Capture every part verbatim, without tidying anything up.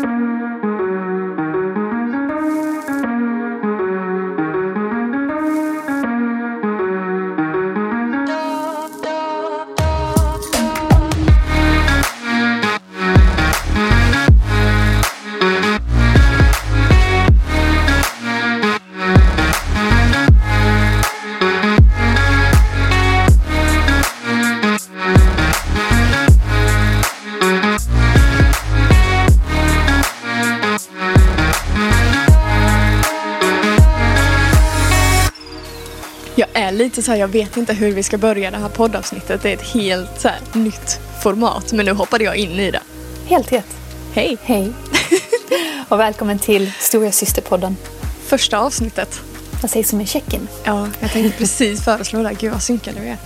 Lite så här, jag vet inte hur vi ska börja det här poddavsnittet. Det är ett helt så här, nytt format. Men nu hoppade jag in i det. Helt rätt. Hej. Hej. Och välkommen till Stora Systerpodden. Första avsnittet. Vad sägs som en check-in? Ja, jag tänkte precis föreslå det. Gud vad synkade vi är.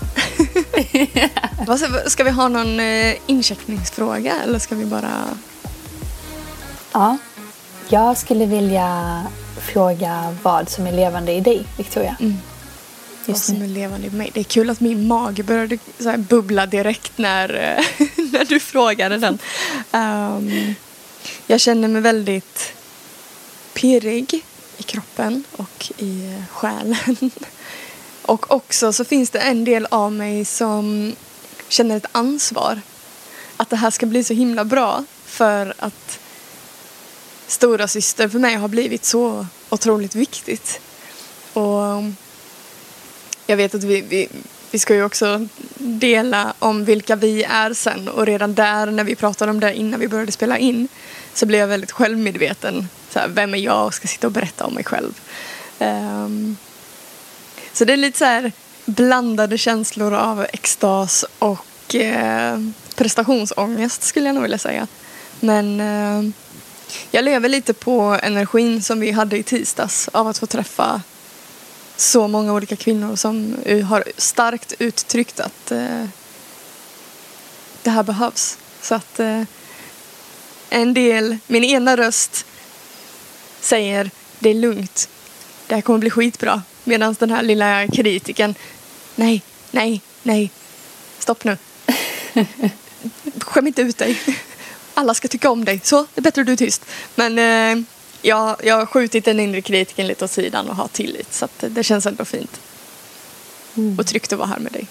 Vad, ska vi ha någon eh, incheckningsfråga? Eller ska vi bara... Ja, jag skulle vilja fråga vad som är levande i dig, Victoria. Mm. Vad som är levande i mig. Det är kul att min mage började så här bubbla direkt när, när du frågade den. Um, jag känner mig väldigt pirrig i kroppen och i själen. Och också så finns det en del av mig som känner ett ansvar. Att det här ska bli så himla bra. För att stora syster för mig har blivit så otroligt viktigt. Och... Jag vet att vi, vi, vi ska ju också dela om vilka vi är sen. Och redan där, när vi pratade om det innan vi började spela in, så blev jag väldigt självmedveten. Så här, vem är jag och ska sitta och berätta om mig själv. Um, så det är lite så här blandade känslor av extas och eh, prestationsångest skulle jag nog vilja säga. Men eh, jag lever lite på energin som vi hade i tisdags av att få träffa så många olika kvinnor som har starkt uttryckt att eh, det här behövs. Så att eh, en del, min ena röst säger det är lugnt, det här kommer bli skitbra. Medan den här lilla kritiken, nej, nej, nej, stopp nu. Skäm inte ut dig. Alla ska tycka om dig, så det är bättre du är tyst. Men... Eh, Ja, jag har skjutit den inre kritiken lite åt sidan och har tillit. Så att det känns ändå fint. Mm. Och tryggt att vara här med dig.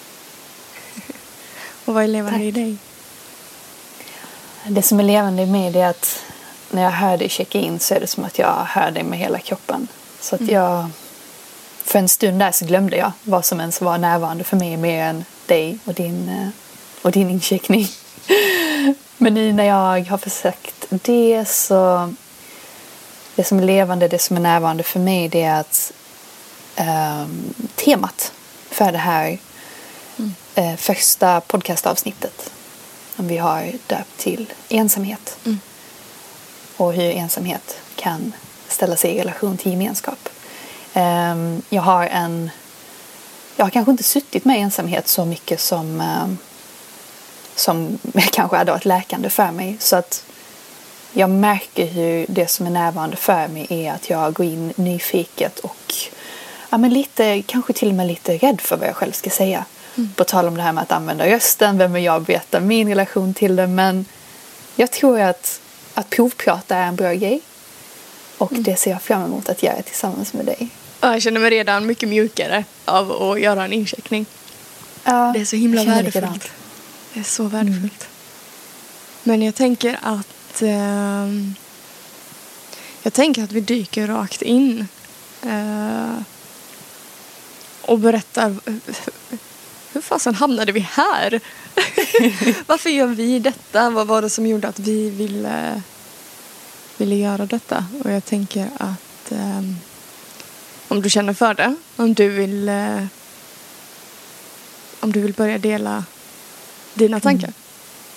Och vad är levande Tack. I dig? Det som är levande i mig är att när jag hör dig checka in så är det som att jag hör dig med hela kroppen. Så att mm. jag... För en stund där så glömde jag vad som ens var närvarande för mig mer än dig och din, och din incheckning. Men nu när jag har försökt det så... Det som är levande, det som är närvarande för mig, det är att eh, temat för det här mm. eh, första podcastavsnittet som vi har döpt till ensamhet. Mm. Och hur ensamhet kan ställa sig i relation till gemenskap. Eh, jag har en... Jag har kanske inte suttit med ensamhet så mycket som, eh, som kanske hade varit läkande för mig. Så att jag märker hur det som är närvarande för mig är att jag går in nyfiket och ja, men lite, kanske till och med lite rädd för vad jag själv ska säga. Mm. På tal om det här med att använda rösten, vem är jag att veta min relation till det. Men jag tror att, att provprata är en bra grej. Och mm. det ser jag fram emot att göra tillsammans med dig. Jag känner mig redan mycket mjukare av att göra en incheckning. Ja, det är så himla värdefullt. Likadant. Det är så värdefullt. Mm. Men jag tänker att Uh, jag tänker att vi dyker rakt in uh, och berättar uh, hur fasen hamnade vi här? Varför gör vi detta? Vad var det som gjorde att vi ville, ville göra detta? Och jag tänker att um, om du känner för det, om du vill uh, om du vill börja dela dina tankar. Mm.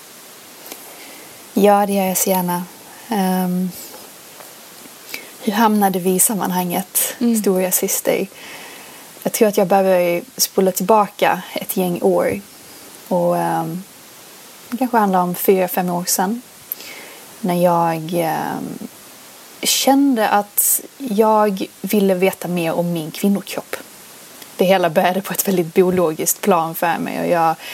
Ja, det gör jag så gärna. Um, hur hamnade vi i sammanhanget, mm. stora syster? Jag tror att jag behöver spola tillbaka ett gäng år. Och um, det kanske handlar om fyra, fem år sedan. När jag um, kände att jag ville veta mer om min kvinnokropp. Det hela började på ett väldigt biologiskt plan för mig. Och jag,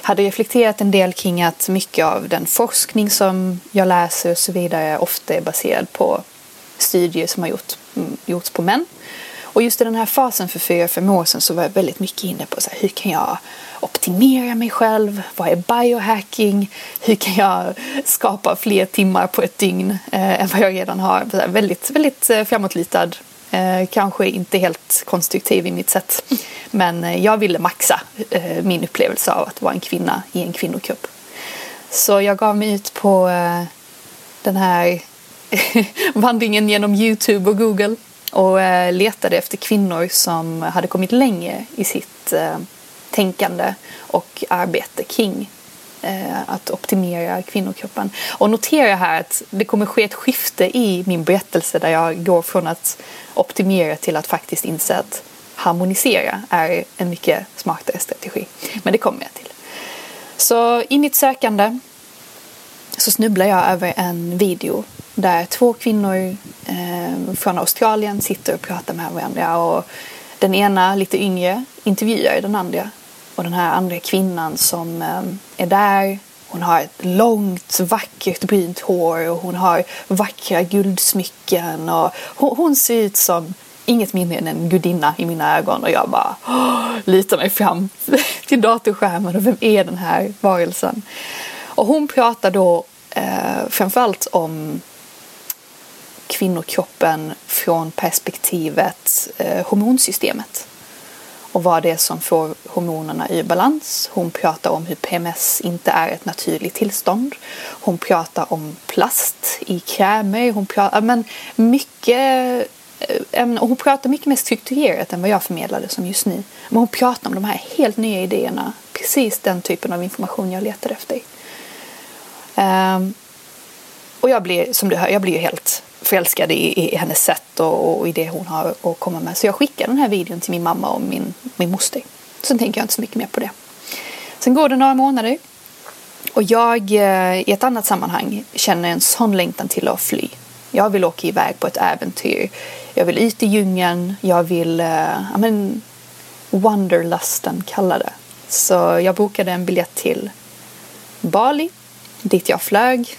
hade reflekterat en del kring att mycket av den forskning som jag läser och så vidare ofta är baserad på studier som har gjort, gjorts på män. Och just i den här fasen för fyra, fem år sedan så var jag väldigt mycket inne på så här, hur kan jag optimera mig själv? Vad är biohacking? Hur kan jag skapa fler timmar på ett dygn eh, än vad jag redan har? Så här, väldigt, väldigt framåtlitad. Eh, kanske inte helt konstruktiv i mitt sätt. Men eh, jag ville maxa eh, min upplevelse av att vara en kvinna i en kvinnokropp. Så jag gav mig ut på eh, den här vandringen genom YouTube och Google. Och eh, letade efter kvinnor som hade kommit längre i sitt eh, tänkande och arbete kring eh, att optimera kvinnokroppen. Och notera här att det kommer ske ett skifte i min berättelse där jag går från att optimera till att faktiskt inse att harmonisera är en mycket smartare strategi. Men det kommer jag till. Så i mitt sökande så snubblar jag över en video där två kvinnor eh, från Australien sitter och pratar med varandra. Och den ena, lite yngre, intervjuar den andra. Och den här andra kvinnan som eh, är där, hon har ett långt, vackert brynt hår. Och hon har vackra guldsmycken. Och hon, hon ser ut som inget mindre än en gudinna i mina ögon. Och jag bara åh, litar mig fram till datorskärmen. Och vem är den här varelsen? Och hon pratar då eh, framförallt om kvinnokroppen från perspektivet eh, hormonsystemet. Och vad det är som får hormonerna i balans. Hon pratar om hur P M S inte är ett naturligt tillstånd. Hon pratar om plast i krämer. Hon pratar, men mycket, eh, och hon pratar mycket mer strukturerat än vad jag förmedlade som just nu. Men hon pratar om de här helt nya idéerna. Precis den typen av information jag letade efter. Um, och jag blir, som du hör, jag blir helt förälskad i, i hennes sätt och, och i det hon har att komma med. Så jag skickar den här videon till min mamma och min, min moster. Sen tänker jag inte så mycket mer på det. Sen går det några månader. Och jag i ett annat sammanhang känner en sån längtan till att fly. Jag vill åka iväg på ett äventyr. Jag vill ut i djungeln. Jag vill, ja men, wanderlusten kallar det. Så jag bokade en biljett till Bali. Dit jag flög.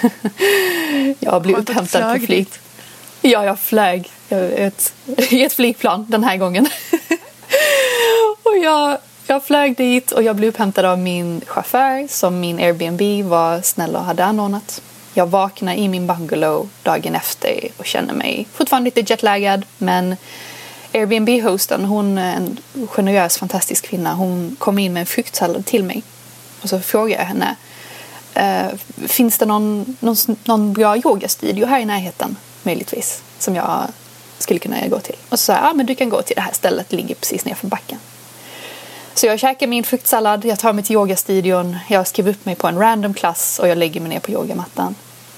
Jag blev upphämtad på flyg. Ja, jag flög ett, i ett flygplan den här gången. Och jag, jag flög dit och jag blev upphämtad av min chaufför som min Airbnb var snäll och hade anordnat. Jag vaknar i min bungalow dagen efter och känner mig fortfarande lite jetlaggad. Men Airbnb-hosten, hon är en generös, fantastisk kvinna. Hon kom in med en fruktsallad till mig. Och så frågar jag henne: Uh, finns det någon, någon, någon bra yogastudio här i närheten möjligtvis som jag skulle kunna gå till? Och så sa jag, ah, men du kan gå till det här stället, det ligger precis nerför backen. Så jag käkar min fruktsallad, jag tar mig till yogastudion, jag skriver upp mig på en random klass och jag lägger mig ner på yogamattan.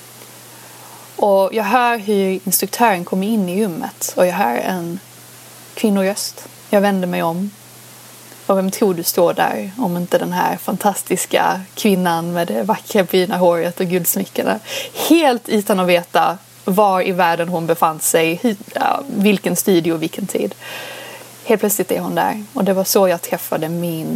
Och jag hör hur instruktören kommer in i rummet och jag hör en kvinnoröst. Jag vänder mig om. Och vem tror du står där om inte den här fantastiska kvinnan med det vackra bruna håret och guldsmyckena. Helt utan att veta var i världen hon befann sig, ja, vilken studio och vilken tid. Helt plötsligt är hon där. Och det var så jag träffade min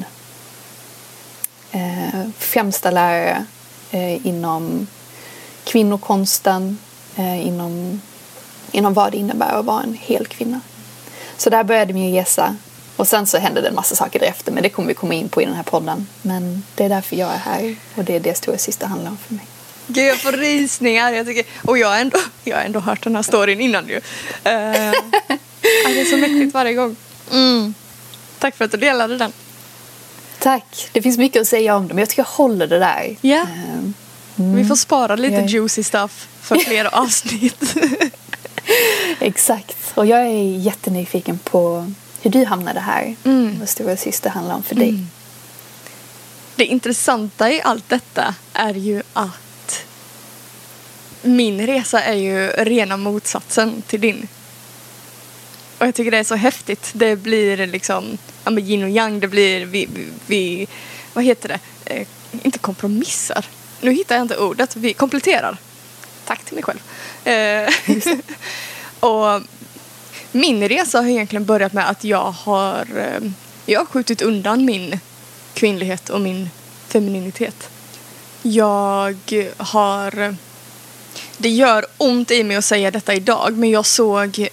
eh, främsta lärare eh, inom kvinnokonsten, eh, inom, inom vad det innebär att vara en hel kvinna. Så där började min resa. Och sen så hände det en massa saker därefter, men det kommer vi komma in på i den här podden. Men det är därför jag är här och det är det Stora Syster handlar om för mig. Gud, jag får rysningar. Jag tycker, och jag har ändå, jag har ändå hört den här storyn innan ju. Uh, det är så mäktigt varje gång. Mm. Tack för att du delade den. Tack. Det finns mycket att säga om det, men jag tycker jag håller det där. Ja. Yeah. Mm. Vi får spara lite jag... juicy stuff för fler avsnitt. Exakt. Och jag är jättenyfiken på hur du hamnade här. Mm. Vad Stora Syster handlar om för dig. Mm. Det intressanta i allt detta är ju att min resa är ju rena motsatsen till din. Och jag tycker det är så häftigt. Det blir liksom ja, men yin och yang. Det blir vi, vi, vi vad heter det? Eh, inte kompromissar. Nu hittar jag inte ordet. Vi kompletterar. Tack till mig själv. Eh, och min resa har egentligen börjat med att jag har, jag har skjutit undan min kvinnlighet och min femininitet. Jag har... Det gör ont i mig att säga detta idag, men jag såg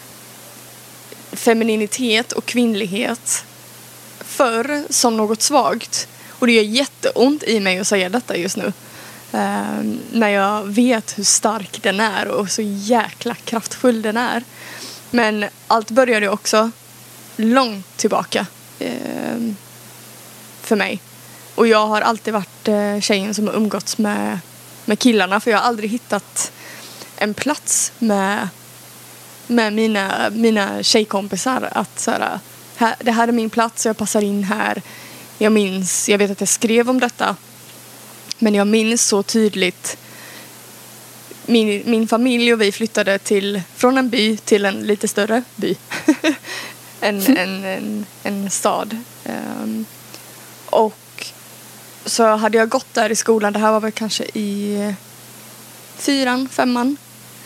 femininitet och kvinnlighet förr som något svagt. Och det gör jätteont i mig att säga detta just nu. Uh, när jag vet hur stark den är och så jäkla kraftfull den är. Men allt började också långt tillbaka uh, för mig. Och jag har alltid varit uh, tjejen som har umgåtts med, med killarna. För jag har aldrig hittat en plats med, med mina, mina tjejkompisar. Att så här, här, det här är min plats och jag passar in här. Jag minns, jag vet att jag skrev om detta. Men jag minns så tydligt min, min familj och vi flyttade till, från en by till en lite större by. en, en, en, en stad. Um, och så hade jag gått där i skolan. Det här var väl kanske i fyran, femman.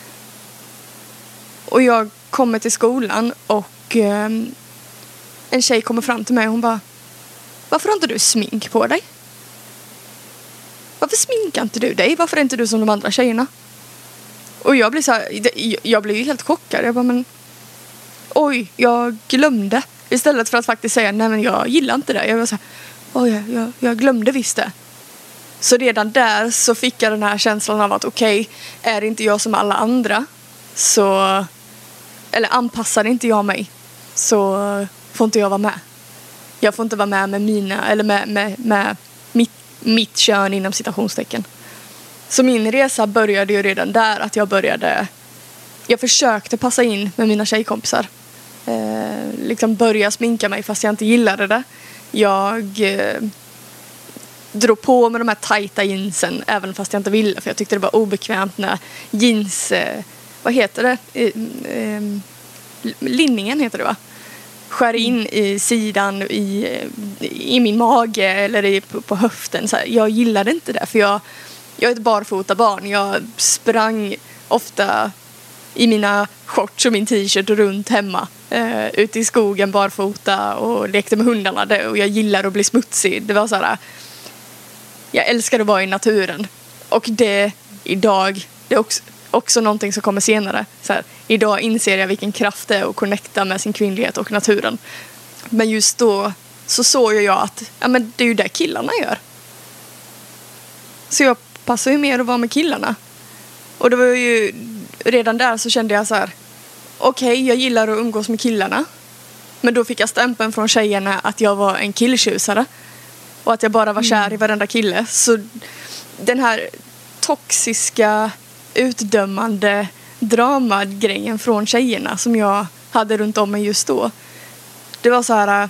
Och jag kommer till skolan och um, en tjej kommer fram till mig och hon bara: varför har inte du smink på dig? Varför sminkar inte du dig? Varför är inte du som de andra tjejerna? Och jag blir så här, jag blir ju helt chockad. Jag bara, men oj, jag glömde. Istället för att faktiskt säga, nej men jag gillar inte det. Jag var så här, oj, jag, jag, jag glömde visst det. Så redan där så fick jag den här känslan av att okej, okay, är inte jag som alla andra, så, eller anpassar inte jag mig, så får inte jag vara med. Jag får inte vara med med mina, eller med, med, med mitt, mitt kön inom citationstecken. Så min resa började ju redan där, att jag började, jag försökte passa in med mina tjejkompisar. Eh, liksom börja sminka mig fast jag inte gillade det. Jag eh, drog på med de här tajta jeansen även fast jag inte ville, för jag tyckte det var obekvämt när jeans, eh, vad heter det? Eh, eh, linningen heter det, va? Skär in i sidan i, i min mage eller i, på, på höften. Så här, jag gillade inte det, för jag, jag är ett barfota barn. Jag sprang ofta i mina shorts och min t-shirt runt hemma. Eh, ute i skogen barfota och lekte med hundarna. Det, och jag gillar att bli smutsig. Det var så här, jag älskar att vara i naturen. Och det idag, det är också, också någonting som kommer senare. Så här, idag inser jag vilken kraft det är att connecta med sin kvinnlighet och naturen. Men just då så såg jag att ja, men det är ju det killarna gör. Så jag passar ju mer att vara med killarna. Och det var ju redan där så kände jag så här: okej, okay, jag gillar att umgås med killarna. Men då fick jag stämpeln från tjejerna att jag var en killtjusare. Och att jag bara var kär i varenda kille. Så den här toxiska, utdömande dramagrejen från tjejerna som jag hade runt om mig just då, det var så här,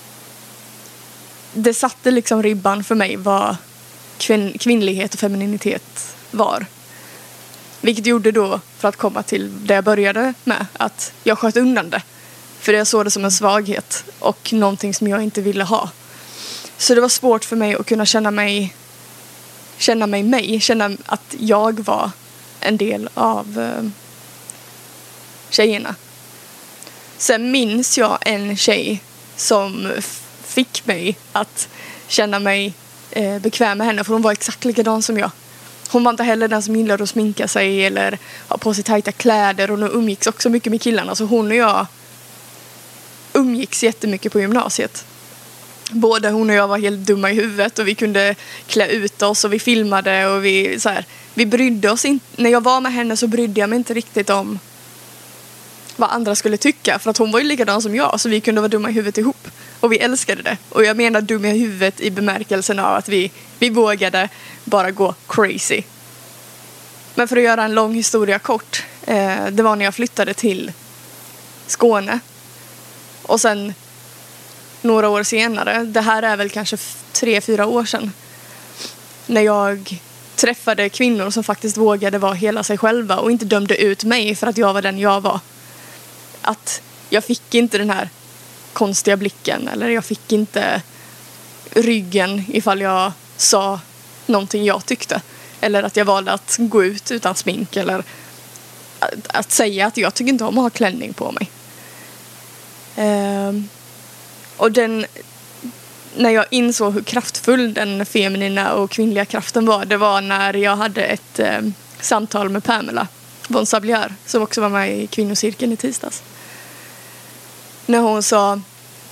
det satte liksom ribban för mig vad kvin- kvinnlighet och femininitet var. Vilket gjorde då, för att komma till det jag började med, att jag sköt undan det. För jag såg det som en svaghet och någonting som jag inte ville ha. Så det var svårt för mig att kunna känna mig känna mig mig, känna att jag var en del av eh, tjejerna. Sen minns jag en tjej som f- fick mig att känna mig eh, bekväm med henne, för hon var exakt likadan som jag. Hon var inte heller den som gillade att sminka sig eller ha på sig tajta kläder, och hon umgicks också mycket med killarna, så hon och jag umgicks jättemycket på gymnasiet. Både hon och jag var helt dumma i huvudet och vi kunde klä ut oss och vi filmade och vi så här, vi brydde oss inte. När jag var med henne så brydde jag mig inte riktigt om vad andra skulle tycka, för att hon var ju likadan som jag, så vi kunde vara dumma i huvudet ihop och vi älskade det. Och jag menar dumma i huvudet i bemärkelsen av att vi, vi vågade bara gå crazy. Men för att göra en lång historia kort, eh, det var när jag flyttade till Skåne. Och sen några år senare, det här är väl kanske tre, fyra år sedan, när jag träffade kvinnor som faktiskt vågade vara hela sig själva och inte dömde ut mig för att jag var den jag var. Att jag fick inte den här konstiga blicken, eller jag fick inte ryggen ifall jag sa någonting jag tyckte. Eller att jag valde att gå ut utan smink, eller att, att säga att jag tycker inte om att ha klänning på mig. Um, och den när jag insåg hur kraftfull den feminina och kvinnliga kraften var, det var när jag hade ett eh, samtal med Pamela von Sablier, som också var med i kvinnocirkeln i tisdags. När hon sa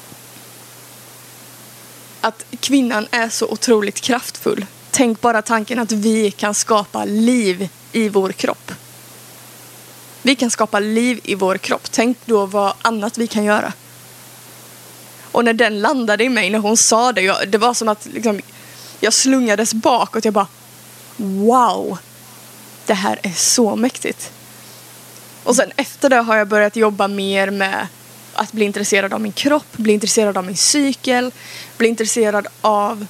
att kvinnan är så otroligt kraftfull. Tänk bara tanken att vi kan skapa liv i vår kropp. Vi kan skapa liv i vår kropp. Tänk då vad annat vi kan göra. Och när den landade i mig, när hon sa det, jag, det var som att liksom, jag slungades bakåt. Jag bara, wow, det här är så mäktigt. Och sen efter det har jag börjat jobba mer med att bli intresserad av min kropp, bli intresserad av min cykel, bli intresserad av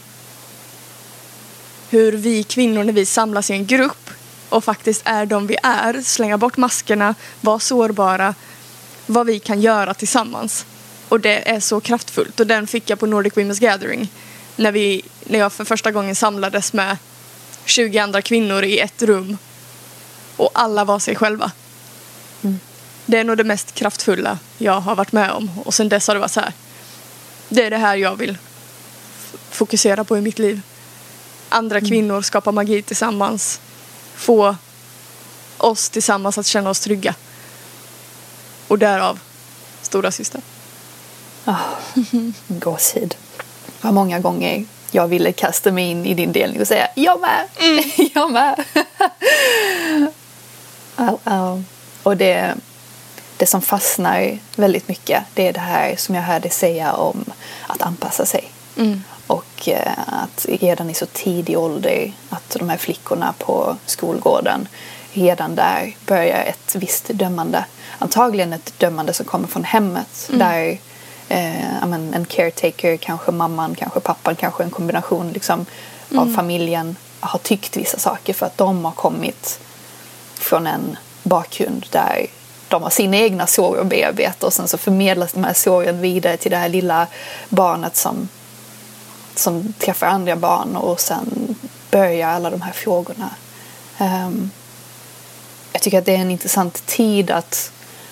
hur vi kvinnor, när vi samlas i en grupp och faktiskt är de vi är, slänga bort maskerna, vara sårbara, vad vi kan göra tillsammans. Och det är så kraftfullt. Och den fick jag på Nordic Women's Gathering. När, vi, när jag för första gången samlades med tjugo andra kvinnor i ett rum. Och alla var sig själva. Mm. Det är nog det mest kraftfulla jag har varit med om. Och sen dess har det varit så här. Det är det här jag vill f- fokusera på i mitt liv. Andra mm. kvinnor skapar magi tillsammans. Få oss tillsammans att känna oss trygga. Och därav stora syster. Oh, gåshud. Vad många gånger jag ville kasta mig in i din delning och säga jag med, mm. jag med. uh, uh. Och det, det som fastnar väldigt mycket, det är det här som jag hörde säga om att anpassa sig. Mm. Och uh, att redan i så tidig ålder att de här flickorna på skolgården redan där börjar ett visst dömande. Antagligen ett dömande som kommer från hemmet mm. där Eh, men, en caretaker, kanske mamman, kanske pappan, kanske en kombination liksom, mm. av familjen har tyckt vissa saker för att de har kommit från en bakgrund där de har sina egna sår att bearbeta och sen så förmedlas de här såren vidare till det här lilla barnet som, som träffar andra barn och sen börjar alla de här frågorna. Um, jag tycker att det är en intressant tid att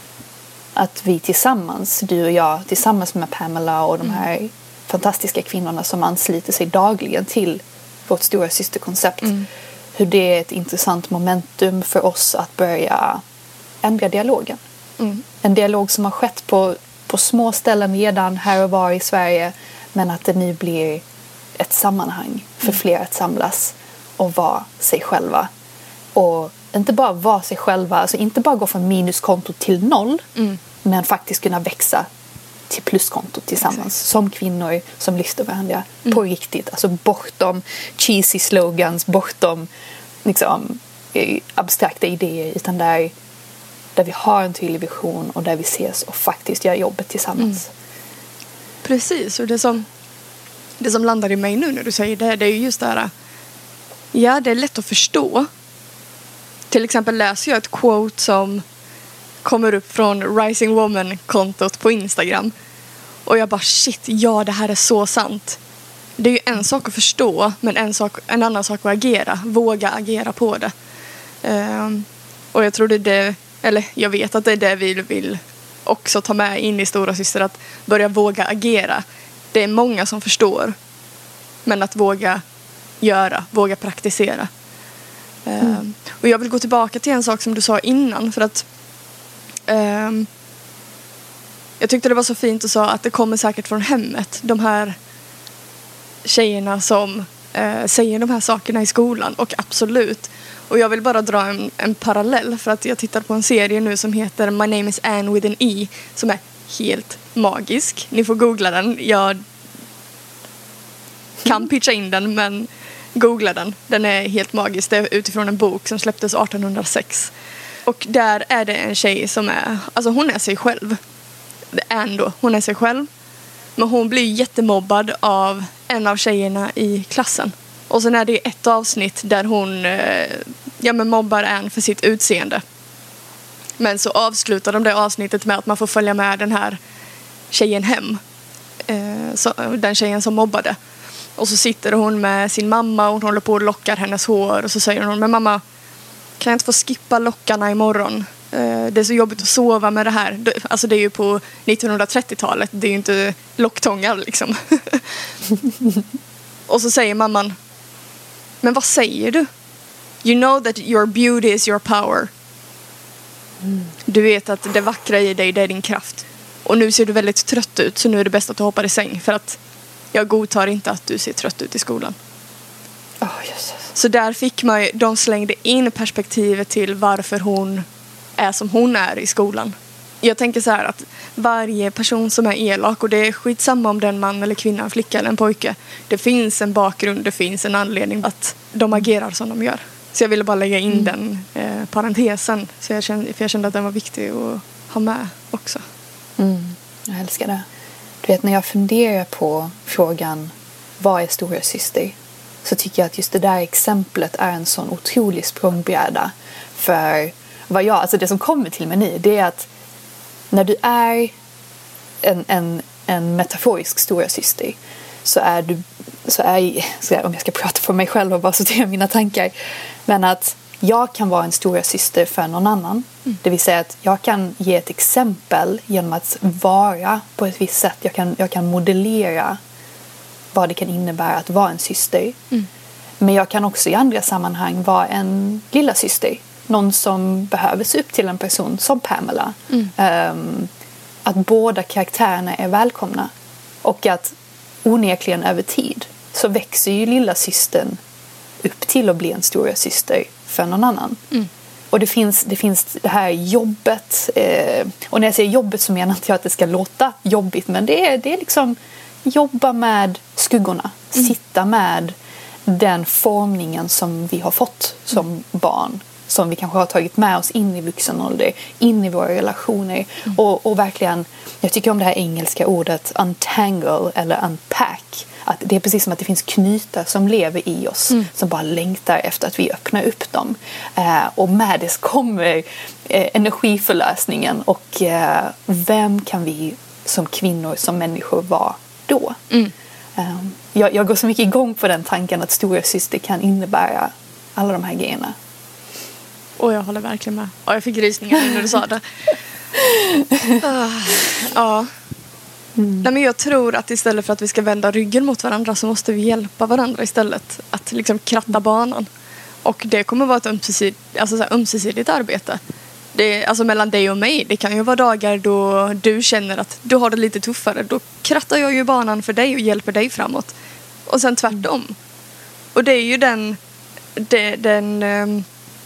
att vi tillsammans, du och jag, tillsammans med Pamela och de här mm. fantastiska kvinnorna som ansluter sig dagligen till vårt stora systerkoncept. Mm. Hur det är ett intressant momentum för oss att börja ändra dialogen. Mm. En dialog som har skett på, på små ställen redan här och var i Sverige, men att det nu blir ett sammanhang för mm. fler att samlas och vara sig själva. Och inte bara vara sig själva, alltså inte bara gå från minuskonto till noll, mm. men faktiskt kunna växa till pluskonto tillsammans. Exakt. Som kvinnor som lyfter varandra mm. på riktigt. Alltså bortom cheesy slogans, bortom liksom, abstrakta idéer, utan där, där vi har en tydlig vision och där vi ses och faktiskt gör jobbet tillsammans. Mm. Precis, och det som, det som landar i mig nu när du säger det, det är ju just det här, ja, det är lätt att förstå. Till exempel läser jag ett quote som kommer upp från Rising Woman-kontot på Instagram. Och jag bara, shit, ja, det här är så sant. Det är ju en sak att förstå, men en, sak, en annan sak att agera. Våga agera på det. Um, och jag tror det är det, eller jag vet att det är det vi vill också ta med in i Stora Syster, att börja våga agera. Det är många som förstår, men att våga göra, våga praktisera. Mm. Um, och jag vill gå tillbaka till en sak som du sa innan, för att um, jag tyckte det var så fint att säga att det kommer säkert från hemmet, de här tjejerna som uh, säger de här sakerna i skolan, och absolut. Och jag vill bara dra en, en parallell, för att jag tittar på en serie nu som heter My Name is Anne with an E, som är helt magisk. Ni får googla den. Jag kan pitcha in den, men googla den. Den är helt magisk. Det är utifrån en bok som släpptes arton hundra sex. Och där är det en tjej som är, alltså hon är sig själv. Det är ändå, hon är sig själv. Men hon blir jättemobbad av en av tjejerna i klassen. Och sen är det ett avsnitt där hon ja, men mobbar en för sitt utseende. Men så avslutar de det avsnittet med att man får följa med den här tjejen hem. Eh, så, den tjejen som mobbade. Och så sitter hon med sin mamma och hon håller på och lockar hennes hår. Och så säger hon, men mamma, kan jag inte få skippa lockarna imorgon? Eh, det är så jobbigt att sova med det här. Alltså det är ju på nittonhundratrettiotalet. Det är ju inte locktångar liksom. Och så säger mamman: men vad säger du? You know that your beauty is your power. Mm. Du vet att det vackra i dig, det är din kraft. Och nu ser du väldigt trött ut, så nu är det bäst att du hoppar i säng. För att jag godtar inte att du ser trött ut i skolan. Oh, Jesus. Så där fick man ju, de slängde in perspektivet till varför hon är som hon är i skolan. Jag tänker så här att varje person som är elak, och det är skitsamma om den man eller kvinna, en flicka eller en pojke, det finns en bakgrund, det finns en anledning att de agerar som de gör. Så jag ville bara lägga in mm. den eh, parentesen, så jag kände, för jag kände att den var viktig att ha med också. Mm, jag älskar det. Du vet, när jag funderar på frågan vad är stora syster, så tycker jag att just det där exemplet är en sån otrolig språngbräda. För vad jag, alltså det som kommer till mig nu, det är att när du är en, en, en metaforisk stora syster, så är du, så är, så här, om jag ska prata för mig själv och bara sortera mina tankar, men att jag kan vara en stora syster för någon annan. Mm. Det vill säga att jag kan ge ett exempel genom att vara på ett visst sätt. Jag kan, jag kan modellera vad det kan innebära att vara en syster. Mm. Men jag kan också i andra sammanhang vara en lilla syster. Någon som behöver se upp till en person som Pamela. Mm. Um, att båda karaktärerna är välkomna. Och att onekligen över tid så växer ju lilla systern upp till att bli en stora syster för någon annan. Mm. Och det finns, det finns det här jobbet. Eh, och när jag säger jobbet så menar inte jag att det ska låta jobbigt. Men det är, det är liksom jobba med skuggorna. Mm. Sitta med den formningen som vi har fått som mm. barn. Som vi kanske har tagit med oss in i vuxen ålder. In i våra relationer. Mm. Och, och verkligen, jag tycker om det här engelska ordet untangle eller unpack. Att det är precis som att det finns knutar som lever i oss. Mm. Som bara längtar efter att vi öppnar upp dem. Eh, och med det kommer eh, energiförlösningen. Och eh, vem kan vi som kvinnor, som människor vara då? Mm. Eh, jag, jag går så mycket igång på den tanken att stora syster kan innebära alla de här grejerna. Och jag håller verkligen med. Och jag fick rysningar när du sa det. uh, ja. Mm. Nej, men jag tror att istället för att vi ska vända ryggen mot varandra så måste vi hjälpa varandra istället. Att liksom kratta banan. Och det kommer vara ett ömsesidigt, alltså så här, ömsesidigt arbete. Det, alltså mellan dig och mig. Det kan ju vara dagar då du känner att du har det lite tuffare. Då krattar jag ju banan för dig och hjälper dig framåt. Och sen tvärtom. Mm. Och det är ju den... Det, den um,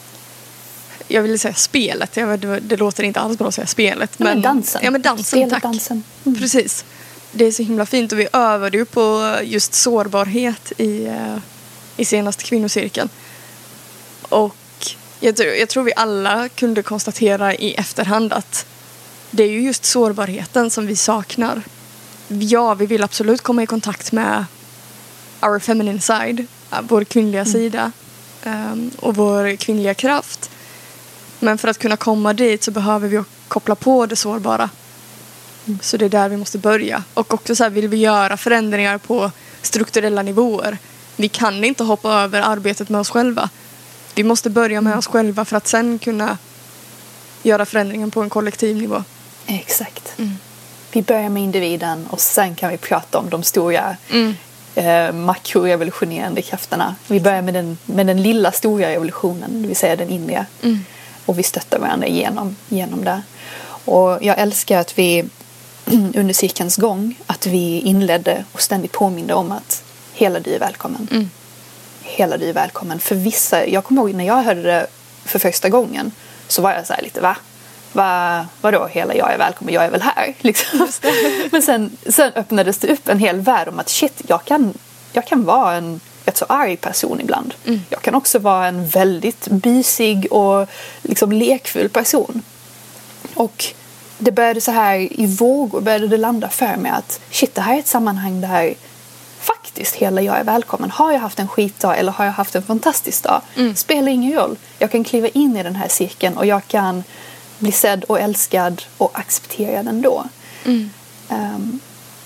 jag vill säga spelet. Jag vet, det, det låter inte alls bra att säga spelet. Men, men dansen. Ja, men dansen, spelet, tack. Dansen. Mm. Precis. Det är så himla fint. Och vi övade ju på just sårbarhet i, uh, i senaste kvinnocirkeln. Och jag tror, jag tror vi alla kunde konstatera i efterhand att det är ju just sårbarheten som vi saknar. Ja, vi vill absolut komma i kontakt med our feminine side, vår kvinnliga mm. sida um, och vår kvinnliga kraft. Men för att kunna komma dit så behöver vi koppla på det sårbara. Mm. Så det är där vi måste börja. Och också så här, vill vi göra förändringar på strukturella nivåer. Vi kan inte hoppa över arbetet med oss själva. Vi måste börja med oss själva för att sen kunna göra förändringen på en kollektiv nivå. Exakt. Mm. Vi börjar med individen och sen kan vi prata om de stora mm. eh, makrorevolutionerande krafterna. Vi börjar med den, med den lilla stora revolutionen, det vill säga den inre. Mm. Och vi stöttar varandra genom, genom det. Och jag älskar att vi under cirkelns gång att vi inledde och ständigt påminde om att hela du är välkommen. Mm. Hela du är välkommen. För vissa, jag kommer ihåg när jag hörde det för första gången så var jag så här lite, va? Va vadå hela jag är välkommen, jag är väl här liksom. Men sen, sen öppnades det upp en hel värld om att shit, jag kan, jag kan vara en rätt så arg person ibland. Mm. Jag kan också vara en väldigt busig och liksom lekfull person. Och det började så här i vågor började det landa för mig att shit, det här är ett sammanhang där faktiskt hela jag är välkommen. Har jag haft en skitdag eller har jag haft en fantastisk dag? Mm. Spelar ingen roll. Jag kan kliva in i den här cirkeln och jag kan bli sedd och älskad och accepterad ändå. Mm. Um,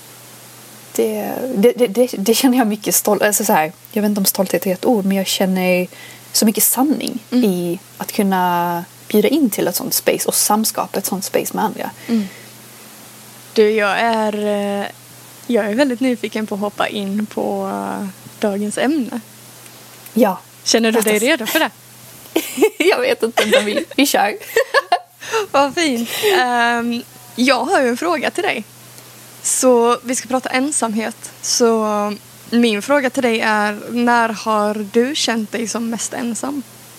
det, det, det, det, det känner jag mycket stolt. Alltså så här, jag vet inte om stolthet är ett ord, men jag känner så mycket sanning mm. i att kunna bjuda in till ett sånt space och samskapa ett sånt space med andra. Mm. Du, jag är, jag är väldigt nyfiken på att hoppa in på dagens ämne. Ja. Känner du dig redo för det? Jag vet inte, men vi, vi kör. Vad fint. Um, jag har ju en fråga till dig. Så vi ska prata ensamhet. Så min fråga till dig är, när har du känt dig som mest ensam?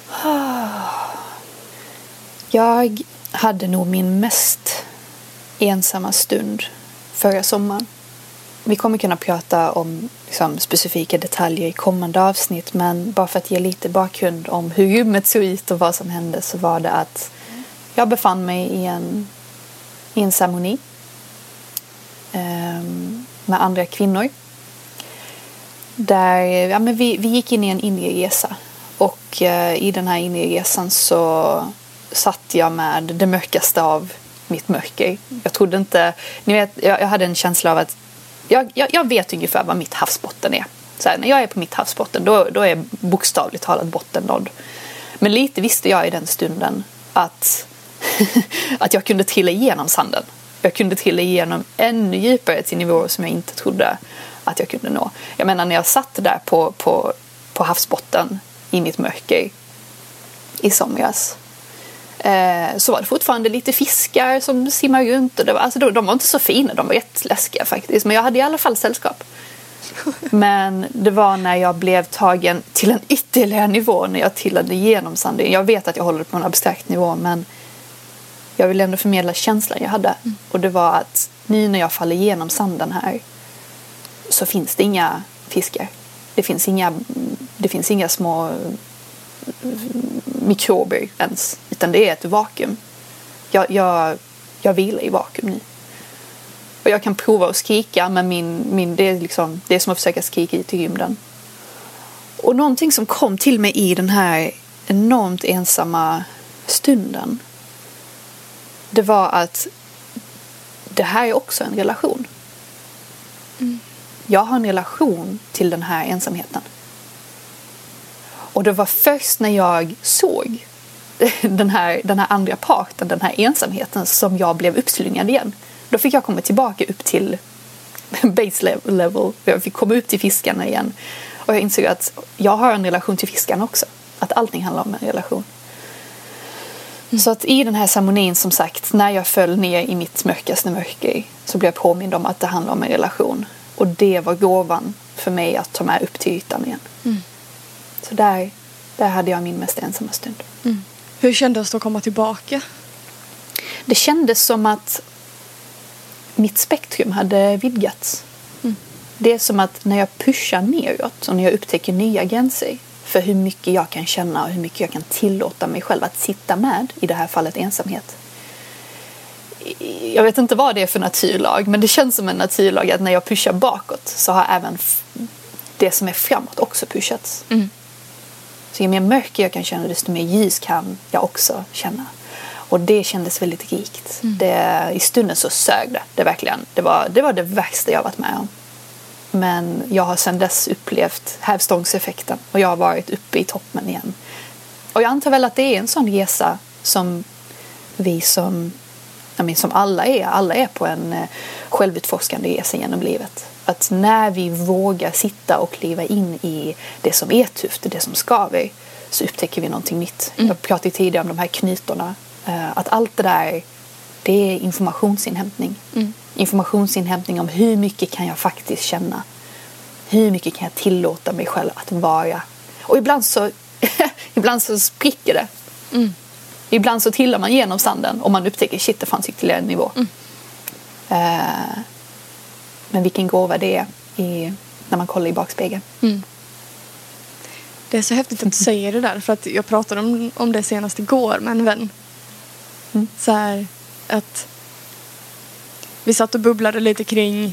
Jag hade nog min mest ensamma stund förra sommaren. Vi kommer kunna prata om liksom, specifika detaljer i kommande avsnitt, men bara för att ge lite bakgrund om hur rummet såg ut och vad som hände, så var det att jag befann mig i en, i en ceremoni eh, med andra kvinnor. Där ja, men vi, vi gick in i en inre resa, och eh, i den här inre resan så satt jag med det mörkaste av mitt mörker. Jag trodde inte, ni vet, jag, jag hade en känsla av att jag, jag, jag vet ungefär vad mitt havsbotten är. Så här, när jag är på mitt havsbotten, då, då är bokstavligt talat botten nådd. Men lite visste jag i den stunden att, att jag kunde trilla igenom sanden. Jag kunde trilla igenom ännu djupare till nivåer som jag inte trodde att jag kunde nå. Jag menar, när jag satt där på, på, på havsbotten i mitt mörker i somras, eh, så var det fortfarande lite fiskar som simmar runt. Och det var, alltså, de, de var inte så fina, de var jätteläskiga faktiskt. Men jag hade i alla fall sällskap. Men det var när jag blev tagen till en ytterligare nivå, när jag trillade igenom sanden. Jag vet att jag håller på en abstrakt nivå, men jag vill ändå förmedla känslan jag hade. Mm. Och det var att nu när jag faller igenom sanden här, så finns det inga fiskar. Det finns inga, det finns inga små mikrober ens, utan det är ett vakuum. Jag, jag, jag vilar i vakuum nu. Och jag kan prova att skrika, men min, min, det, är liksom, det är som att försöka skrika ut i rymden. Och någonting som kom till mig i den här enormt ensamma stunden, det var att det här är också en relation. Mm. Jag har en relation till den här ensamheten. Och det var först när jag såg den här, den här andra parten, den här ensamheten, som jag blev uppslungad igen. Då fick jag komma tillbaka upp till base level. Jag fick komma upp till fiskarna igen. Och jag insåg att jag har en relation till fiskarna också. Att allting handlar om en relation. Mm. Så att i den här ceremonin, som sagt, när jag föll ner i mitt mörkaste mörker, så blev jag påmind om att det handlar om en relation. Och det var gåvan för mig att ta med upp till ytan igen. Mm. Så där, där hade jag min mest ensamma stund. Mm. Hur kändes det att komma tillbaka? Det kändes som att mitt spektrum hade vidgats. Mm. Det är som att när jag pushar neråt och när jag upptäcker nya gränser för hur mycket jag kan känna och hur mycket jag kan tillåta mig själv att sitta med, i det här fallet ensamhet. Jag vet inte vad det är för naturlag, men det känns som en naturlag att när jag pushar bakåt, så har även det som är framåt också pushats. Mm. Så ju mer mörker jag kan känna, desto mer ljus kan jag också känna. Och det kändes väldigt rikt. Mm. Det, i stunden så sög det. Det, verkligen, det, var, det var det värsta jag varit med om. Men jag har sedan dess upplevt hävstångseffekten. Och jag har varit uppe i toppen igen. Och jag antar väl att det är en sån resa som vi som, jag menar, som alla är. Alla är på en eh, självutforskande resa genom livet. Att när vi vågar sitta och kliva in i det som är tufft, det som skaver, så upptäcker vi någonting nytt. Mm. Jag pratade tidigare om de här knytorna. Att allt det där, det är informationsinhämtning. Mm. Informationsinhämtning om hur mycket kan jag faktiskt känna. Hur mycket kan jag tillåta mig själv att vara. Och ibland så, ibland så spricker det. Mm. Ibland så trillar man genom sanden och man upptäcker, shit, det fanns ytterligare en nivå. Mm. Uh, men vilken gåva det är i, när man kollar i bakspegeln. Mm. Det är så häftigt att du säger det där. För att jag pratade om, om det senast igår med en vän. Mm. Så här, att vi satt och bubblade lite kring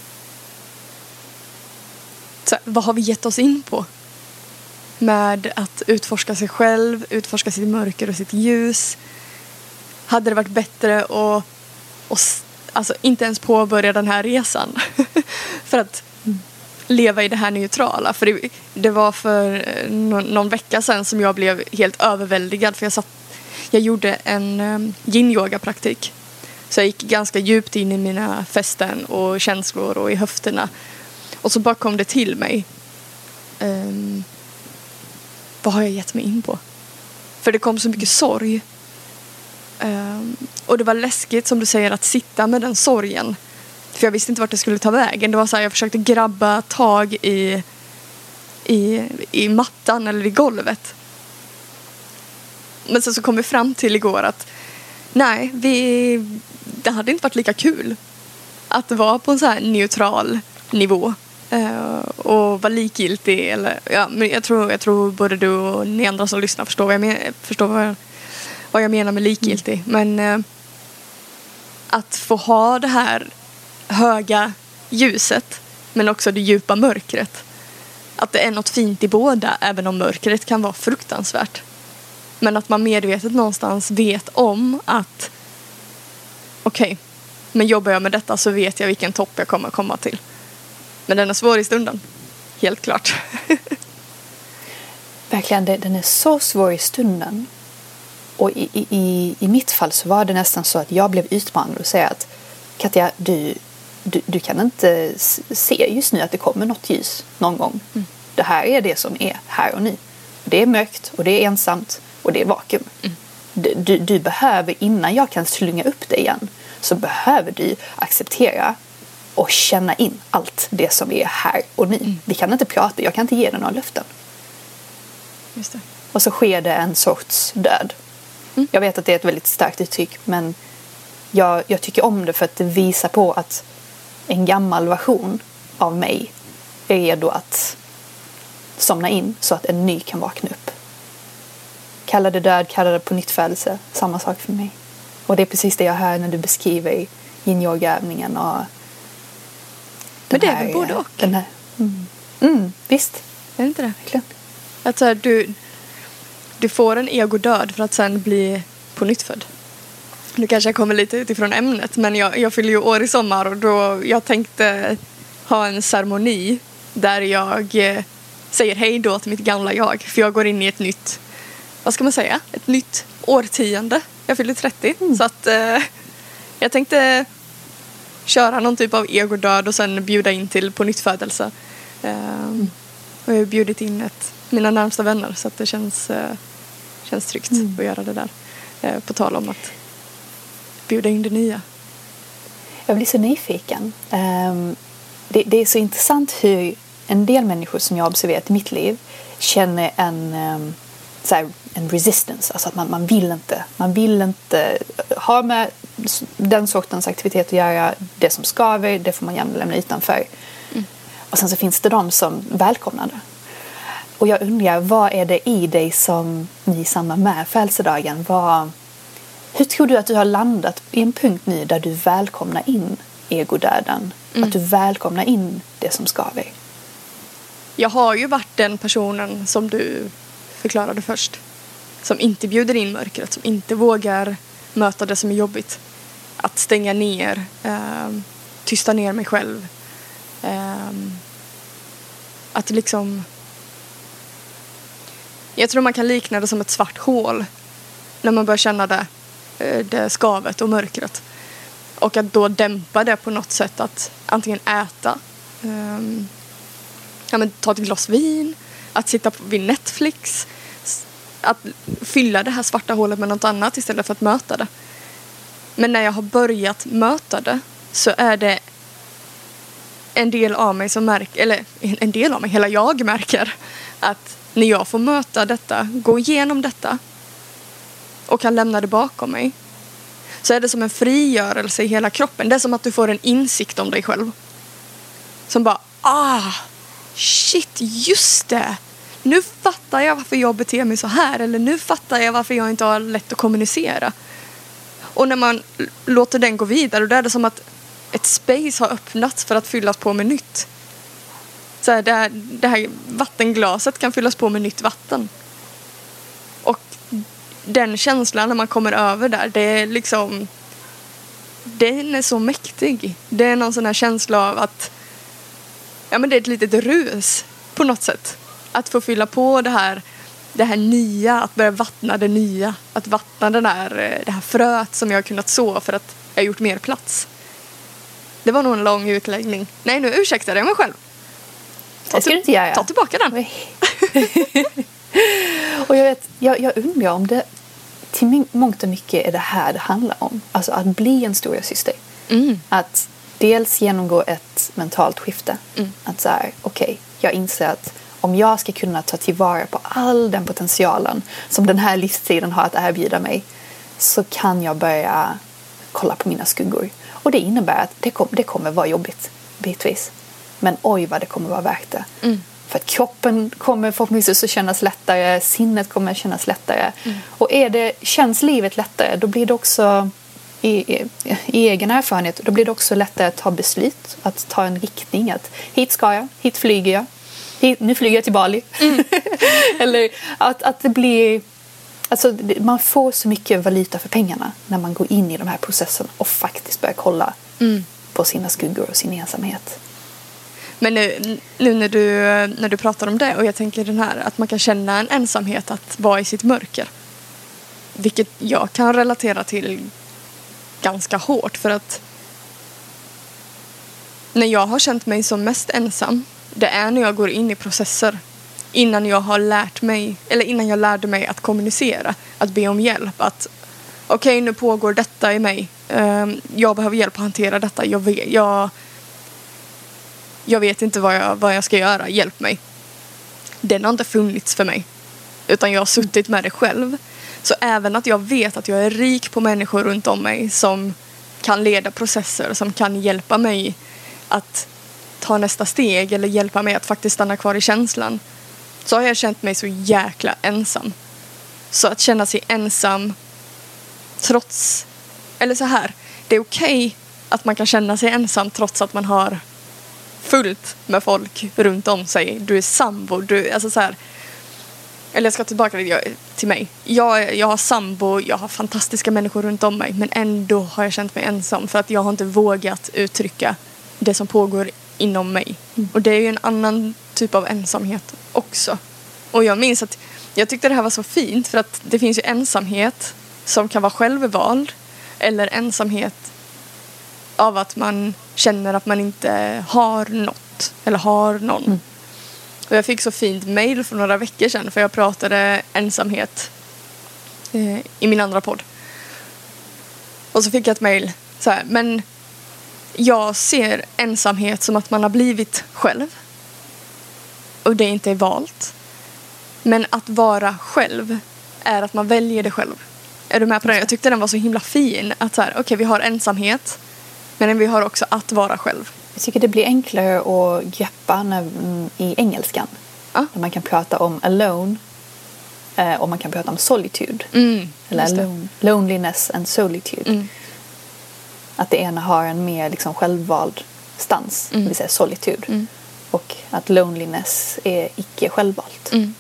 så här, vad har vi gett oss in på med att utforska sig själv, utforska sitt mörker och sitt ljus. Hade det varit bättre att, att alltså, inte ens påbörja den här resan för att mm. leva i det här neutrala. För det, det var för någon, någon vecka sedan som jag blev helt överväldigad, för jag satt jag gjorde en um, yin-yoga-praktik. Så jag gick ganska djupt in i mina fästen och känslor och i höfterna. Och så bara kom det till mig. Um, vad har jag gett mig in på? För det kom så mycket sorg. Um, och det var läskigt, som du säger, att sitta med den sorgen. För jag visste inte vart det skulle ta vägen. Det var så här, jag försökte grabba tag i, i, i mattan eller i golvet. Men sen så kom vi fram till igår att nej, vi, det hade inte varit lika kul att vara på en så här neutral nivå. Uh, och vara likgiltig. Eller, ja, men jag, tror, jag tror både du och ni andra som lyssnar förstår vad jag, men, förstår vad jag, vad jag menar med likgiltig. Mm. Men uh, att få ha det här höga ljuset men också det djupa mörkret. Att det är något fint i båda, även om mörkret kan vara fruktansvärt. Men att man medvetet någonstans vet om att okej, okay, men jobbar jag med detta så vet jag vilken topp jag kommer komma till. Men den är svår i stunden. Helt klart. Verkligen, den är så svår i stunden. Och i, i, i mitt fall så var det nästan så att jag blev utmanad och säga att Katja, du, du, du kan inte se just nu att det kommer något ljus någon gång. Mm. Det här är det som är här och nu. Det är mörkt och det är ensamt och det är vakuum. Mm. Du, du, du behöver, innan jag kan slunga upp det igen, så behöver du acceptera och känna in allt det som är här och nu. Mm. Vi kan inte prata, jag kan inte ge dig några löften. Just det. Och så sker det en sorts död. Mm. Jag vet att det är ett väldigt starkt uttryck, men jag, jag tycker om det för att det visar på att en gammal version av mig är redo att somna in så att en ny kan vakna upp. Kalla det död, kalla det på nytt födelse. Samma sak för mig. Och det är precis det jag hör när du beskriver yin-yoga-övningen och men det är väl både och? Den här. Mm. Mm, visst. Är det inte det? Verkligen. Att så här, du, du får en egodöd för att sen bli på nytt född. Nu kanske jag kommer lite utifrån ämnet, men jag, jag fyller ju år i sommar och då jag tänkte ha en ceremoni där jag eh, säger hej då till mitt gamla jag. För jag går in i ett nytt, vad ska man säga? Ett nytt årtionde. Jag fyller trettio. Mm. Så att eh, jag tänkte köra någon typ av egodöd och sen bjuda in till på nytt födelse. Eh, mm. Och jag har bjudit in ett, mina närmsta vänner så att det känns, eh, känns tryggt mm. att göra det där. Eh, på tal om att bjuda in det nya. Jag blir så nyfiken. Um, det, det är så intressant hur en del människor som jag har observerat i mitt liv känner en, um, så här, en resistance. Alltså att man, man vill inte man vill inte ha med den sortens aktivitet att göra. Det som skaver, det får man gärna lämna utanför. Mm. Och sen så finns det de som välkomnar det. Och jag undrar, vad är det i dig som ni samlar med födelsedagen? Vad, hur tror du att du har landat i en punkt nu där du välkomnar in egodöden? Mm. Att du välkomnar in det som skaver? Jag har ju varit den personen som du förklarade först. Som inte bjuder in mörkret. Som inte vågar möta det som är jobbigt. Att stänga ner. Eh, tysta ner mig själv. Eh, att liksom... Jag tror man kan likna det som ett svart hål. När man börjar känna det. Det skavet och mörkret. Och att då dämpa det på något sätt. Att antingen äta. Um, ja, men ta ett glas vin. Att sitta vid Netflix. Att fylla det här svarta hålet med något annat istället för att möta det. Men när jag har börjat möta det. Så är det en del av mig som märker. Eller en del av mig, hela jag märker. Att när jag får möta detta. Gå igenom detta. Och kan lämna det bakom mig. Så är det som en frigörelse i hela kroppen. Det är som att du får en insikt om dig själv. Som bara, ah, shit, just det. Nu fattar jag varför jag beter mig så här. Eller nu fattar jag varför jag inte har lätt att kommunicera. Och när man låter den gå vidare. Då är det som att ett space har öppnats för att fyllas på med nytt. Så här, det, här, det här vattenglaset kan fyllas på med nytt vatten. Och den känslan när man kommer över där, det är liksom, den är så mäktig. Det är någon sån här känsla av att, ja men det är ett litet rus på något sätt. Att få fylla på det här det här nya, att börja vattna det nya. Att vattna den här, det här fröet som jag har kunnat så för att jag har gjort mer plats. Det var nog en lång utläggning. Nej, nu ursäktar jag mig själv. Ta, det ska du inte göra. Ta tillbaka den. Och jag vet, jag, jag undrar om det till mångt och mycket är det här det handlar om. Alltså att bli en storasyster. Mm. Att dels genomgå ett mentalt skifte. Mm. Att så här, okej, okay, jag inser att om jag ska kunna ta tillvara på all den potentialen som den här livstiden har att erbjuda mig, så kan jag börja kolla på mina skuggor. Och det innebär att det, kom, det kommer vara jobbigt bitvis. Men oj vad det kommer vara värt det. Mm. För att kroppen kommer förhoppningsvis att kännas lättare, sinnet kommer att kännas lättare. Mm. Och är det, känns livet lättare, då blir det också i, i, i egen erfarenhet, då blir det också lättare att ta beslut, att ta en riktning, att hit ska jag, hit flyger jag, hit, nu flyger jag till Bali. Mm. Eller att, att det blir, alltså man får så mycket valuta för pengarna när man går in i de här processerna och faktiskt börjar kolla mm. på sina skuggor och sin ensamhet. Men nu, nu när, du, när du pratar om det, och jag tänker den här, att man kan känna en ensamhet att vara i sitt mörker. Vilket jag kan relatera till ganska hårt, för att när jag har känt mig som mest ensam, det är när jag går in i processer innan jag har lärt mig, eller innan jag lärde mig att kommunicera, att be om hjälp, att okej, okay, nu pågår detta i mig, jag behöver hjälp att hantera detta, jag vet, jag Jag vet inte vad jag, vad jag ska göra. Hjälp mig. Den har inte funnits för mig. Utan jag har suttit med det själv. Så även att jag vet att jag är rik på människor runt om mig som kan leda processer, som kan hjälpa mig att ta nästa steg eller hjälpa mig att faktiskt stanna kvar i känslan, så har jag känt mig så jäkla ensam. Så att känna sig ensam trots, eller så här, det är okej att man kan känna sig ensam trots att man har fullt med folk runt om sig. Du är sambo, du, alltså så här, eller jag ska tillbaka till mig. Jag, jag har sambo, jag har fantastiska människor runt om mig, men ändå har jag känt mig ensam för att jag har inte vågat uttrycka det som pågår inom mig. Mm. Och det är ju en annan typ av ensamhet också. Och jag minns att jag tyckte det här var så fint, för att det finns ju ensamhet som kan vara självvald, eller ensamhet av att man känner att man inte har något eller har någon. Mm. Och jag fick så fint mejl för några veckor sedan, för jag pratade ensamhet eh, i min andra podd. Och så fick jag ett mejl så här: men jag ser ensamhet som att man har blivit själv och det inte är valt. Men att vara själv är att man väljer det själv. Är du med på det? Jag tyckte den var så himla fin, att så här, okej, okay, vi har ensamhet, men vi har också att vara själv. Jag tycker det blir enklare att greppa när, i engelskan. Ah. När man kan prata om alone eh, och man kan prata om solitude. Mm, eller alone, loneliness and solitude. Mm. Att det ena har en mer liksom självvald stans, mm. det vill säga solitude. Mm. Och att loneliness är icke självvalt. Mm.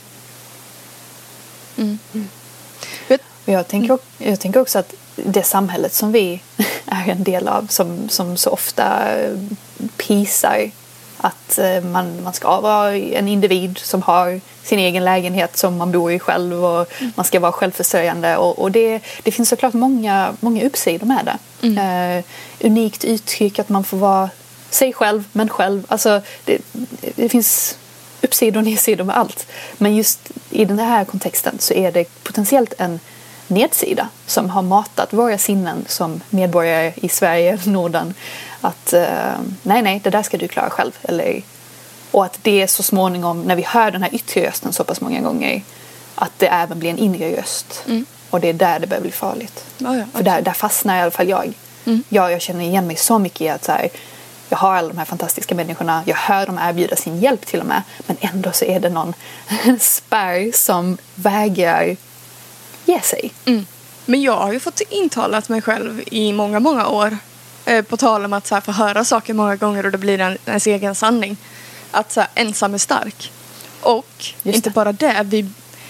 Mm. Mm. Jag tänker, jag tänker också att det samhället som vi är en del av, som, som så ofta pisar att man, man ska vara en individ som har sin egen lägenhet som man bor i själv, och mm. man ska vara självförsörjande, och, och det, det finns såklart många, många uppsidor med det. Mm. Uh, unikt uttryck, att man får vara sig själv men själv, alltså det, det finns uppsidor och nedsidor med allt, men just i den här kontexten så är det potentiellt en nedsida som har matat våra sinnen som medborgare i Sverige, Norden, att uh, nej, nej, det där ska du klara själv. Eller, och att det är så småningom, när vi hör den här yttre rösten så pass många gånger, att det även blir en inre röst. Mm. Och det är där det börjar bli farligt. Oh ja, för där, där fastnar i alla fall jag. Mm. jag. Jag känner igen mig så mycket i att så här, jag har alla de här fantastiska människorna, jag hör dem erbjuda sin hjälp till och med, men ändå så är det någon spärr som vägrar ge sig. Mm. Men jag har ju fått intalat mig själv i många, många år, eh, på tal om att så här, få höra saker många gånger och det blir en, ens egen sanning. Att så här, ensam är stark. Och inte bara det, vi,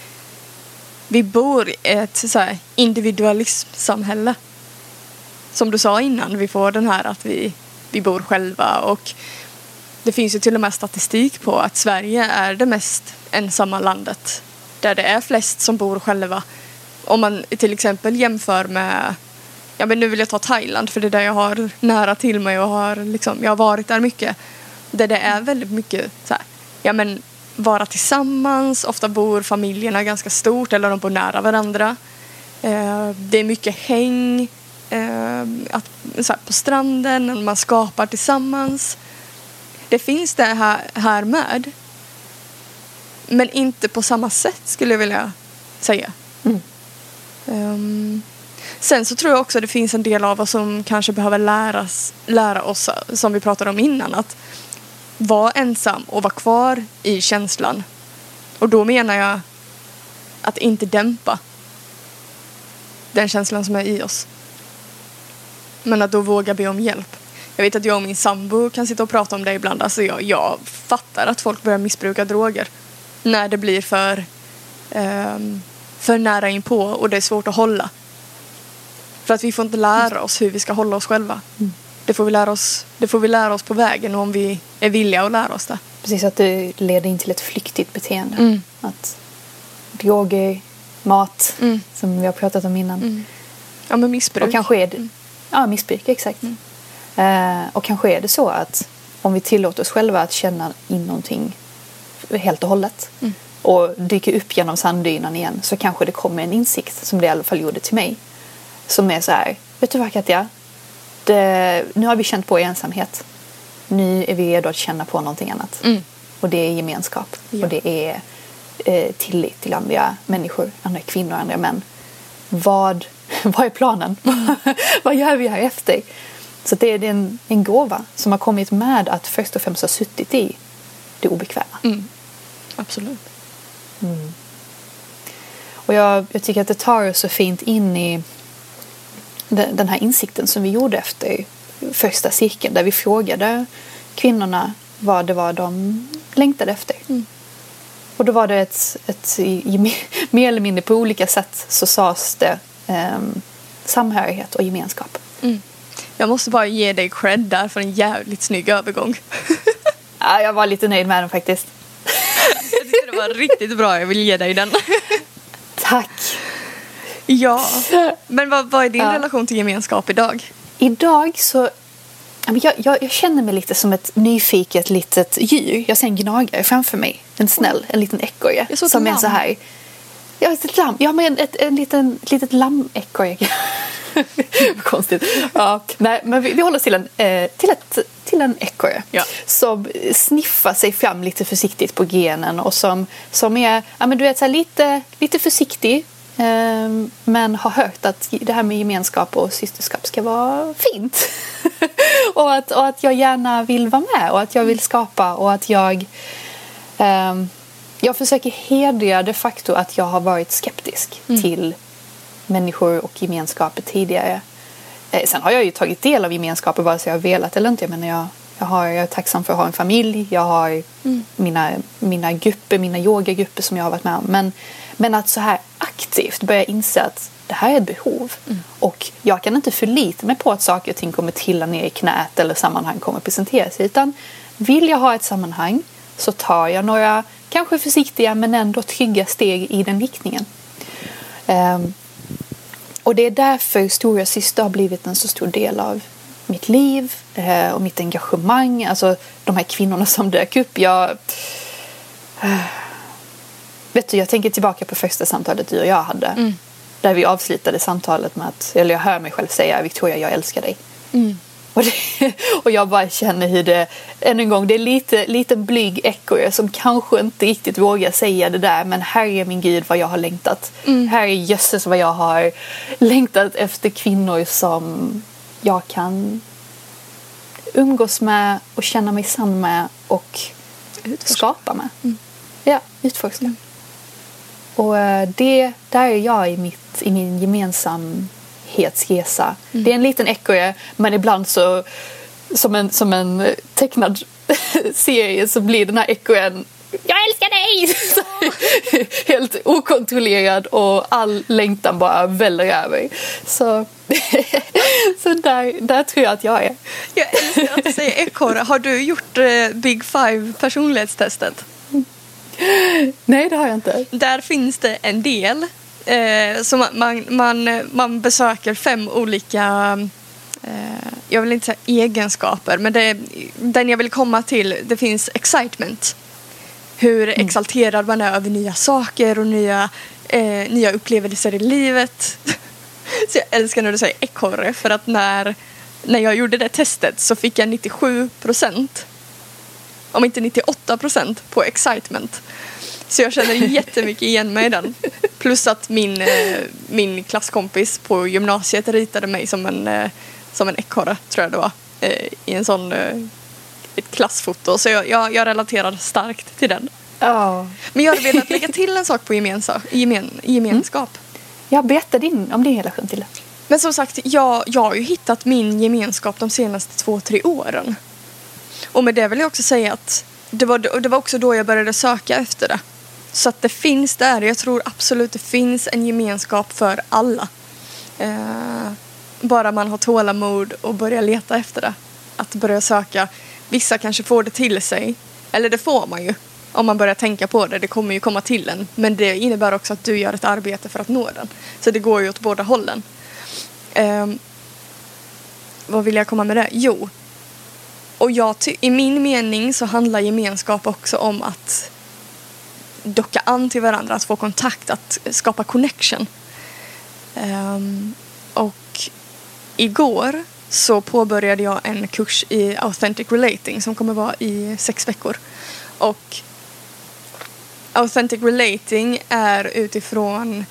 vi bor i ett så här, individualismsamhälle. Som du sa innan, vi får den här att vi, vi bor själva, och det finns ju till och med statistik på att Sverige är det mest ensamma landet där det är flest som bor själva. Om man till exempel jämför med, ja men nu vill jag ta Thailand för det är där jag har nära till mig och har liksom, jag har varit där mycket. Där det är väldigt mycket så här, ja men vara tillsammans, ofta bor familjerna ganska stort eller de bor nära varandra. Eh, det är mycket häng eh, att, så här, på stranden, man skapar tillsammans. Det finns det här, här med. Men inte på samma sätt skulle jag vilja säga. Mm. Um, sen så tror jag också att det finns en del av oss som kanske behöver läras, lära oss, som vi pratade om innan, att vara ensam och vara kvar i känslan. Och då menar jag att inte dämpa den känslan som är i oss. Men att då våga be om hjälp. Jag vet att jag och min sambo kan sitta och prata om det ibland. Alltså jag, jag fattar att folk börjar missbruka droger när det blir för, um, för nära inpå och det är svårt att hålla. För att vi får inte lära oss hur vi ska hålla oss själva. Mm. Det får vi lära oss, det får vi lära oss på vägen om vi är villiga att lära oss det. Precis, att det leder in till ett flyktigt beteende. Mm. Att droger, mat, mm. som vi har pratat om innan. Mm. Ja, men missbruk. Och kanske är det, mm. ja, missbruk, exakt. Mm. Eh, och kanske är det så att om vi tillåter oss själva att känna in någonting helt och hållet mm. och dyker upp genom sanddynan igen, så kanske det kommer en insikt, som det i alla fall gjorde till mig, som är så här: vet du vad, Katja? Det, nu har vi känt på ensamhet. Nu är vi redo att känna på någonting annat. Mm. Och det är gemenskap. Ja. Och det är eh, tillit till andra människor, andra kvinnor, andra män. Vad, vad är planen? Mm. Vad gör vi här efter? Så det är en, en gåva som har kommit med att först och främst ha suttit i det obekväma. Mm. Absolut. Mm. Och jag, jag tycker att det tar så fint in i den, den här insikten som vi gjorde efter första cirkeln, där vi frågade kvinnorna vad det var de längtade efter. Mm. Och då var det ett, ett, mer eller mindre på olika sätt så sades det um, samhörighet och gemenskap. Mm. Jag måste bara ge dig cred där för en jävligt snygg övergång. Ja, jag var lite nöjd med den faktiskt. Jag tyckte det var riktigt bra, jag vill ge dig den. Tack. Ja, men vad, vad är din ja. relation till gemenskap idag? Idag så... Jag, jag, jag känner mig lite som ett nyfiket litet djur. Jag ser en gnagare framför mig. En snäll, en liten ekorre. Jag såg som ett är så här... Ja, ett lamm. Ja, men ett, ett, liten, ett litet lammekorre. Konstigt. Ja, nej, men vi, vi håller oss till en, eh, till ett, till en ekorre. Ja. Som sniffar sig fram lite försiktigt på grenen. Och som, som är, ja, men du vet, så här, lite, lite försiktig. Eh, men har hört att det här med gemenskap och systerskap ska vara fint. och, att, och att jag gärna vill vara med. Och att jag vill skapa. Och att jag... Eh, jag försöker hedra det faktum att jag har varit skeptisk mm. till människor och gemenskaper tidigare. Eh, sen har jag ju tagit del av gemenskaper vare sig jag har velat eller inte. Jag menar, jag, jag, har, jag är tacksam för att ha en familj. Jag har mm. mina, mina grupper, mina yogagrupper som jag har varit med om. Men, men att så här aktivt börja inse att det här är ett behov. Mm. Och jag kan inte förlita mig på att saker och ting kommer trilla ner i knät eller sammanhang kommer presentera sig. Utan vill jag ha ett sammanhang så tar jag några kanske försiktiga men ändå trygga steg i den riktningen. Um, och det är därför Stora Syster har blivit en så stor del av mitt liv uh, och mitt engagemang. Alltså de här kvinnorna som dök upp. Jag, uh, vet du, jag tänker tillbaka på första samtalet du och jag hade. Mm. Där vi avslutade samtalet med att, eller jag hör mig själv säga: Victoria, jag älskar dig. Mm. Och, det, och jag bara känner hur det, än en gång, det är lite liten blyg ekorre som kanske inte riktigt vågar säga det där, men här är min Gud vad jag har längtat. Mm. Här är jösses vad jag har längtat efter kvinnor som jag kan umgås med och känna mig sann med och utforska. Skapa med. Mm. Ja, utforska. Mm. Och det, där är jag i, mitt, i min gemensam hetsresa. Mm. Det är en liten ekorre, men ibland så som en, som en tecknad serie så blir den här ekorren: jag älskar dig! Helt okontrollerad och all längtan bara väller över. Så, så där, där tror jag att jag är. Jag älskar att säga ekorre. Har du gjort eh, Big Five personlighetstestet? Nej, det har jag inte. Där finns det en del. Eh, så man, man, man, man besöker fem olika, eh, jag vill inte säga egenskaper, men det, den jag vill komma till, det finns excitement. Hur mm. exalterad man är över nya saker och nya, eh, nya upplevelser i livet. Så jag älskar när du säger ekorre, för att när, när jag gjorde det testet så fick jag nittiosju procent, om inte nittioåtta procent på excitement. Så jag känner jättemycket igen mig i den. Plus att min, eh, min klasskompis på gymnasiet ritade mig som en, eh, som en ekorre, tror jag det var. Eh, I en sån, eh, ett klassfoto. Så jag, jag, jag relaterar starkt till den. Oh. Men jag hade velat lägga till en sak på gemensa, gemen, gemenskap. Mm. Jag berättar din, om din relation till det. Men som sagt, jag, jag har ju hittat min gemenskap de senaste två, tre åren. Och med det vill jag också säga att det var, det var också då jag började söka efter det. Så att det finns där. Jag tror absolut det finns en gemenskap för alla. Eh, bara man har tålamod och börjar leta efter det. Att börja söka. Vissa kanske får det till sig. Eller det får man ju. Om man börjar tänka på det. Det kommer ju komma till en. Men det innebär också att du gör ett arbete för att nå den. Så det går ju åt båda hållen. Eh, vad vill jag komma med det? Jo. Och jag ty- i min mening så handlar gemenskap också om att docka an till varandra, att få kontakt, att skapa connection. Um, och igår så påbörjade jag en kurs i authentic relating som kommer vara i sex veckor. Och authentic relating är utifrån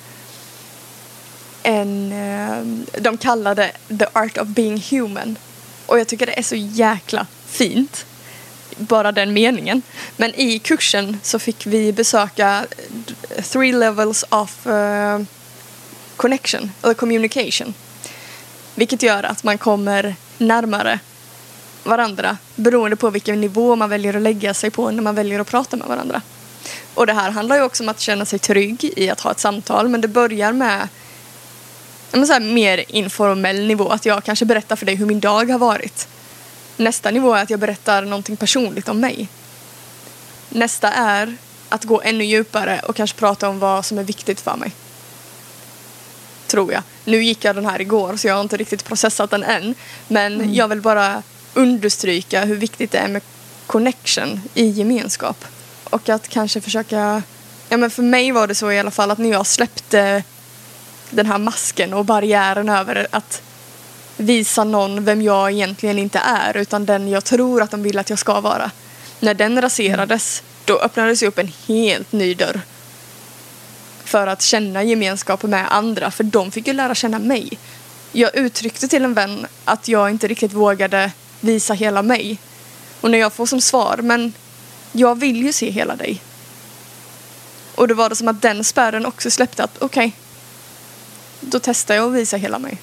en, um, de kallar det the art of being human. Och jag tycker det är så jäkla fint. Bara den meningen. Men i kursen så fick vi besöka three levels of uh, connection eller communication. Vilket gör att man kommer närmare varandra beroende på vilken nivå man väljer att lägga sig på när man väljer att prata med varandra. Och det här handlar ju också om att känna sig trygg i att ha ett samtal, men det börjar med en så här mer informell nivå, att jag kanske berättar för dig hur min dag har varit. Nästa nivå är att jag berättar någonting personligt om mig. Nästa är att gå ännu djupare och kanske prata om vad som är viktigt för mig. Tror jag. Nu gick jag den här igår så jag har inte riktigt processat den än. Men mm. jag vill bara understryka hur viktigt det är med connection i gemenskap. Och att kanske försöka... Ja, men för mig var det så i alla fall att när jag släppte den här masken och barriären över att visa någon vem jag egentligen inte är, utan den jag tror att de vill att jag ska vara. När den raserades, då öppnades upp en helt ny dörr för att känna gemenskap med andra, för de fick ju lära känna mig. Jag uttryckte till en vän att jag inte riktigt vågade visa hela mig. Och när jag får som svar, men jag vill ju se hela dig. Och då var det som att den spärren också släppte, att okej, okay, då testar jag att visa hela mig.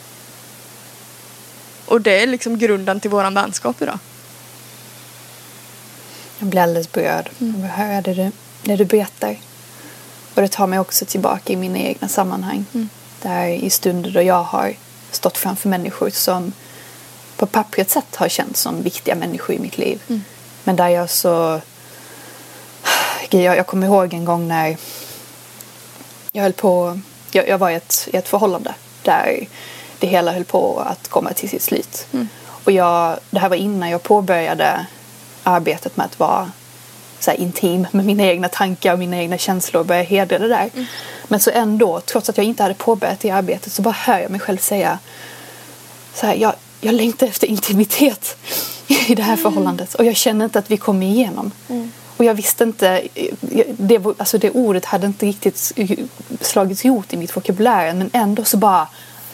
Och det är liksom grunden till våran vänskap idag. Jag blir alldeles berörd av att höra det du, det du berättar. Och det tar mig också tillbaka i mina egna sammanhang. Mm. Där i stunder då jag har stått framför människor som på pappret sätt har känts som viktiga människor i mitt liv. Mm. Men där jag så... Jag, jag kommer ihåg en gång när jag höll på... Jag, jag var i ett, i ett förhållande där det hela höll på att komma till sitt slut. Mm. Och jag, det här var innan jag påbörjade arbetet med att vara så här intim med mina egna tankar och mina egna känslor och börja hedra det där. Mm. Men så ändå, trots att jag inte hade påbörjat det arbetet, så bara hör jag mig själv säga så här, jag, jag längtar efter intimitet i det här mm. förhållandet. Och jag känner inte att vi kommer igenom. Mm. Och jag visste inte, det, alltså det ordet hade inte riktigt slagits ihop i mitt vokabulär, men ändå så bara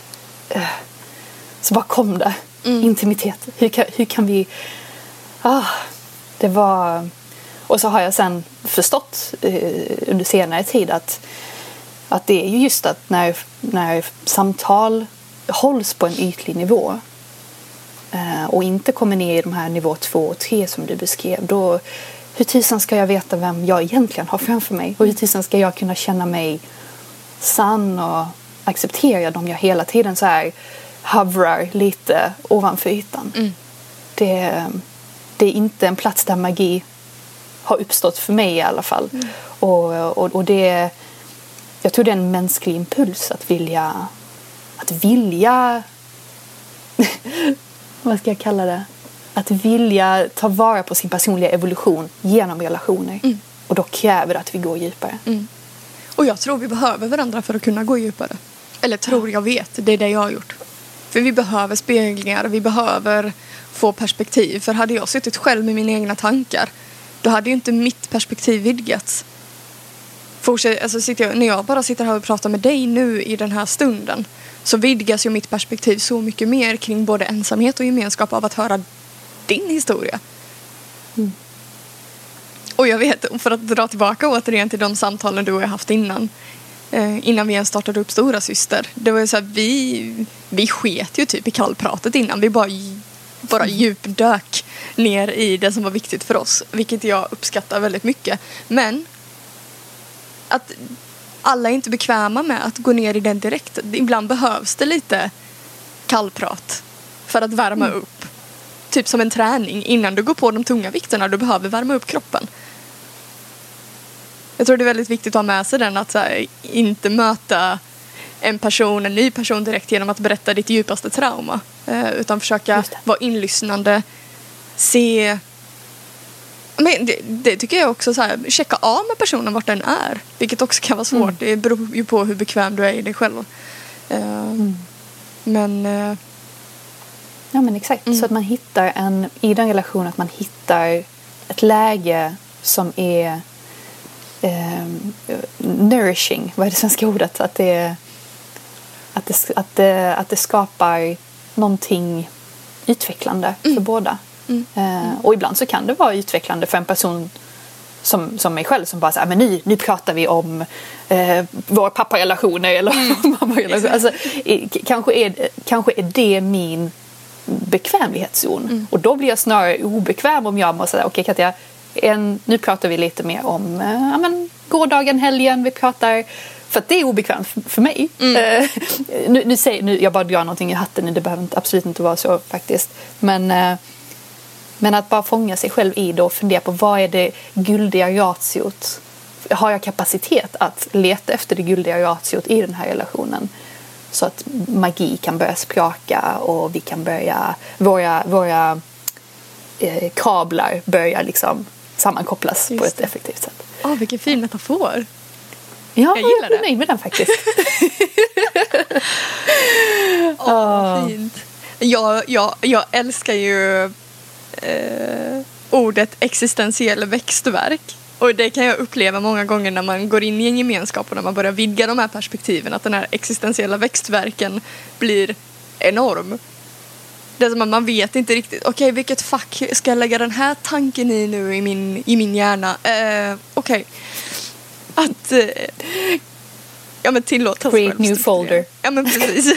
så bara kom det. Mm. Intimitet. Hur kan, hur kan vi... Ah, det var... Och så har jag sen förstått eh, under senare tid att, att det är ju just att när, när samtal hålls på en ytlig nivå eh, och inte kommer ner i de här nivå två och tre som du beskrev, då hur tusan ska jag veta vem jag egentligen har framför mig? Och hur tusan ska jag kunna känna mig sann och acceptera dem jag hela tiden så här hovrar lite ovanför ytan. Mm. Det, det är inte en plats där magi har uppstått för mig i alla fall. Mm. Och, och, och det, jag tror det är en mänsklig impuls att vilja, att vilja, vad ska jag kalla det? Att vilja ta vara på sin personliga evolution genom relationer. Mm. Och då kräver det att vi går djupare. Mm. Och jag tror vi behöver varandra för att kunna gå djupare. Eller tror jag vet, det är det jag har gjort. För vi behöver speglingar, vi behöver få perspektiv. För hade jag suttit själv med mina egna tankar, då hade ju inte mitt perspektiv vidgats. Fortsätt, alltså sitter jag, när jag bara sitter här och pratar med dig nu i den här stunden, så vidgas ju mitt perspektiv så mycket mer kring både ensamhet och gemenskap av att höra din historia. Mm. Och jag vet, för att dra tillbaka återigen till de samtalen du och jag haft innan, eh, innan vi ens startade upp Stora Syster. Det var ju så här, vi, vi sket ju typ i kallpratet innan. Vi bara, bara djupdök ner i det som var viktigt för oss, vilket jag uppskattar väldigt mycket. Men att alla är inte bekväma med att gå ner i den direkt. Ibland behövs det lite kallprat för att värma mm. upp. Typ som en träning. Innan du går på de tunga vikterna, du behöver värma upp kroppen. Jag tror det är väldigt viktigt att ha med sig den. Att så här, inte möta en person, en ny person direkt genom att berätta ditt djupaste trauma. Eh, utan försöka vara inlyssnande. Se... Men det, det tycker jag också så här, checka av med personen vart den är. Vilket också kan vara svårt. Mm. Det beror ju på hur bekväm du är i dig själv. Eh, mm. Men... Eh, Ja men exakt, mm. så att man hittar en, i den relationen att man hittar ett läge som är eh, nourishing, vad är det svenska ordet? Att det, att det, att det, att det skapar någonting utvecklande mm. för båda. Mm. Eh, och ibland så kan det vara utvecklande för en person som, som mig själv som bara säger, men nu, nu pratar vi om eh, våra papparelationer eller mm. mammarelationer. Alltså, kanske, är, kanske är det min bekvämlighetszon. Mm. Och då blir jag snarare obekväm om jag måste säga, okej okay, Katja, en, nu pratar vi lite mer om eh, ja, men, gårdagen, helgen, vi pratar, för att det är obekvämt för, för mig. Mm. Uh, nu, nu, säger, nu, jag bara drar någonting i hatten, det behöver inte, absolut inte vara så faktiskt. Men, uh, men att bara fånga sig själv i det och fundera på vad är det guldiga ratiot? Har jag kapacitet att leta efter det guldiga ratiot i den här relationen? Så att magi kan börja spraka och vi kan börja, våra, våra eh, kablar börjar liksom sammankopplas Just på ett det. effektivt sätt. Åh, oh, vilken fin metafor. Ja, jag gillar jag är nöjd med den faktiskt. Åh, oh, oh. fint. Jag, jag, jag älskar ju eh, ordet existentiell växtverk. Och det kan jag uppleva många gånger när man går in i en gemenskap och när man börjar vidga de här perspektiven. Att den här existentiella växtverken blir enorm. Det är som att man vet inte riktigt, okej okay, vilket fack ska jag lägga den här tanken i nu i min, i min hjärna? Eh, okej. Okay. Att eh, ja men tillåta Create new folder. Ja men precis.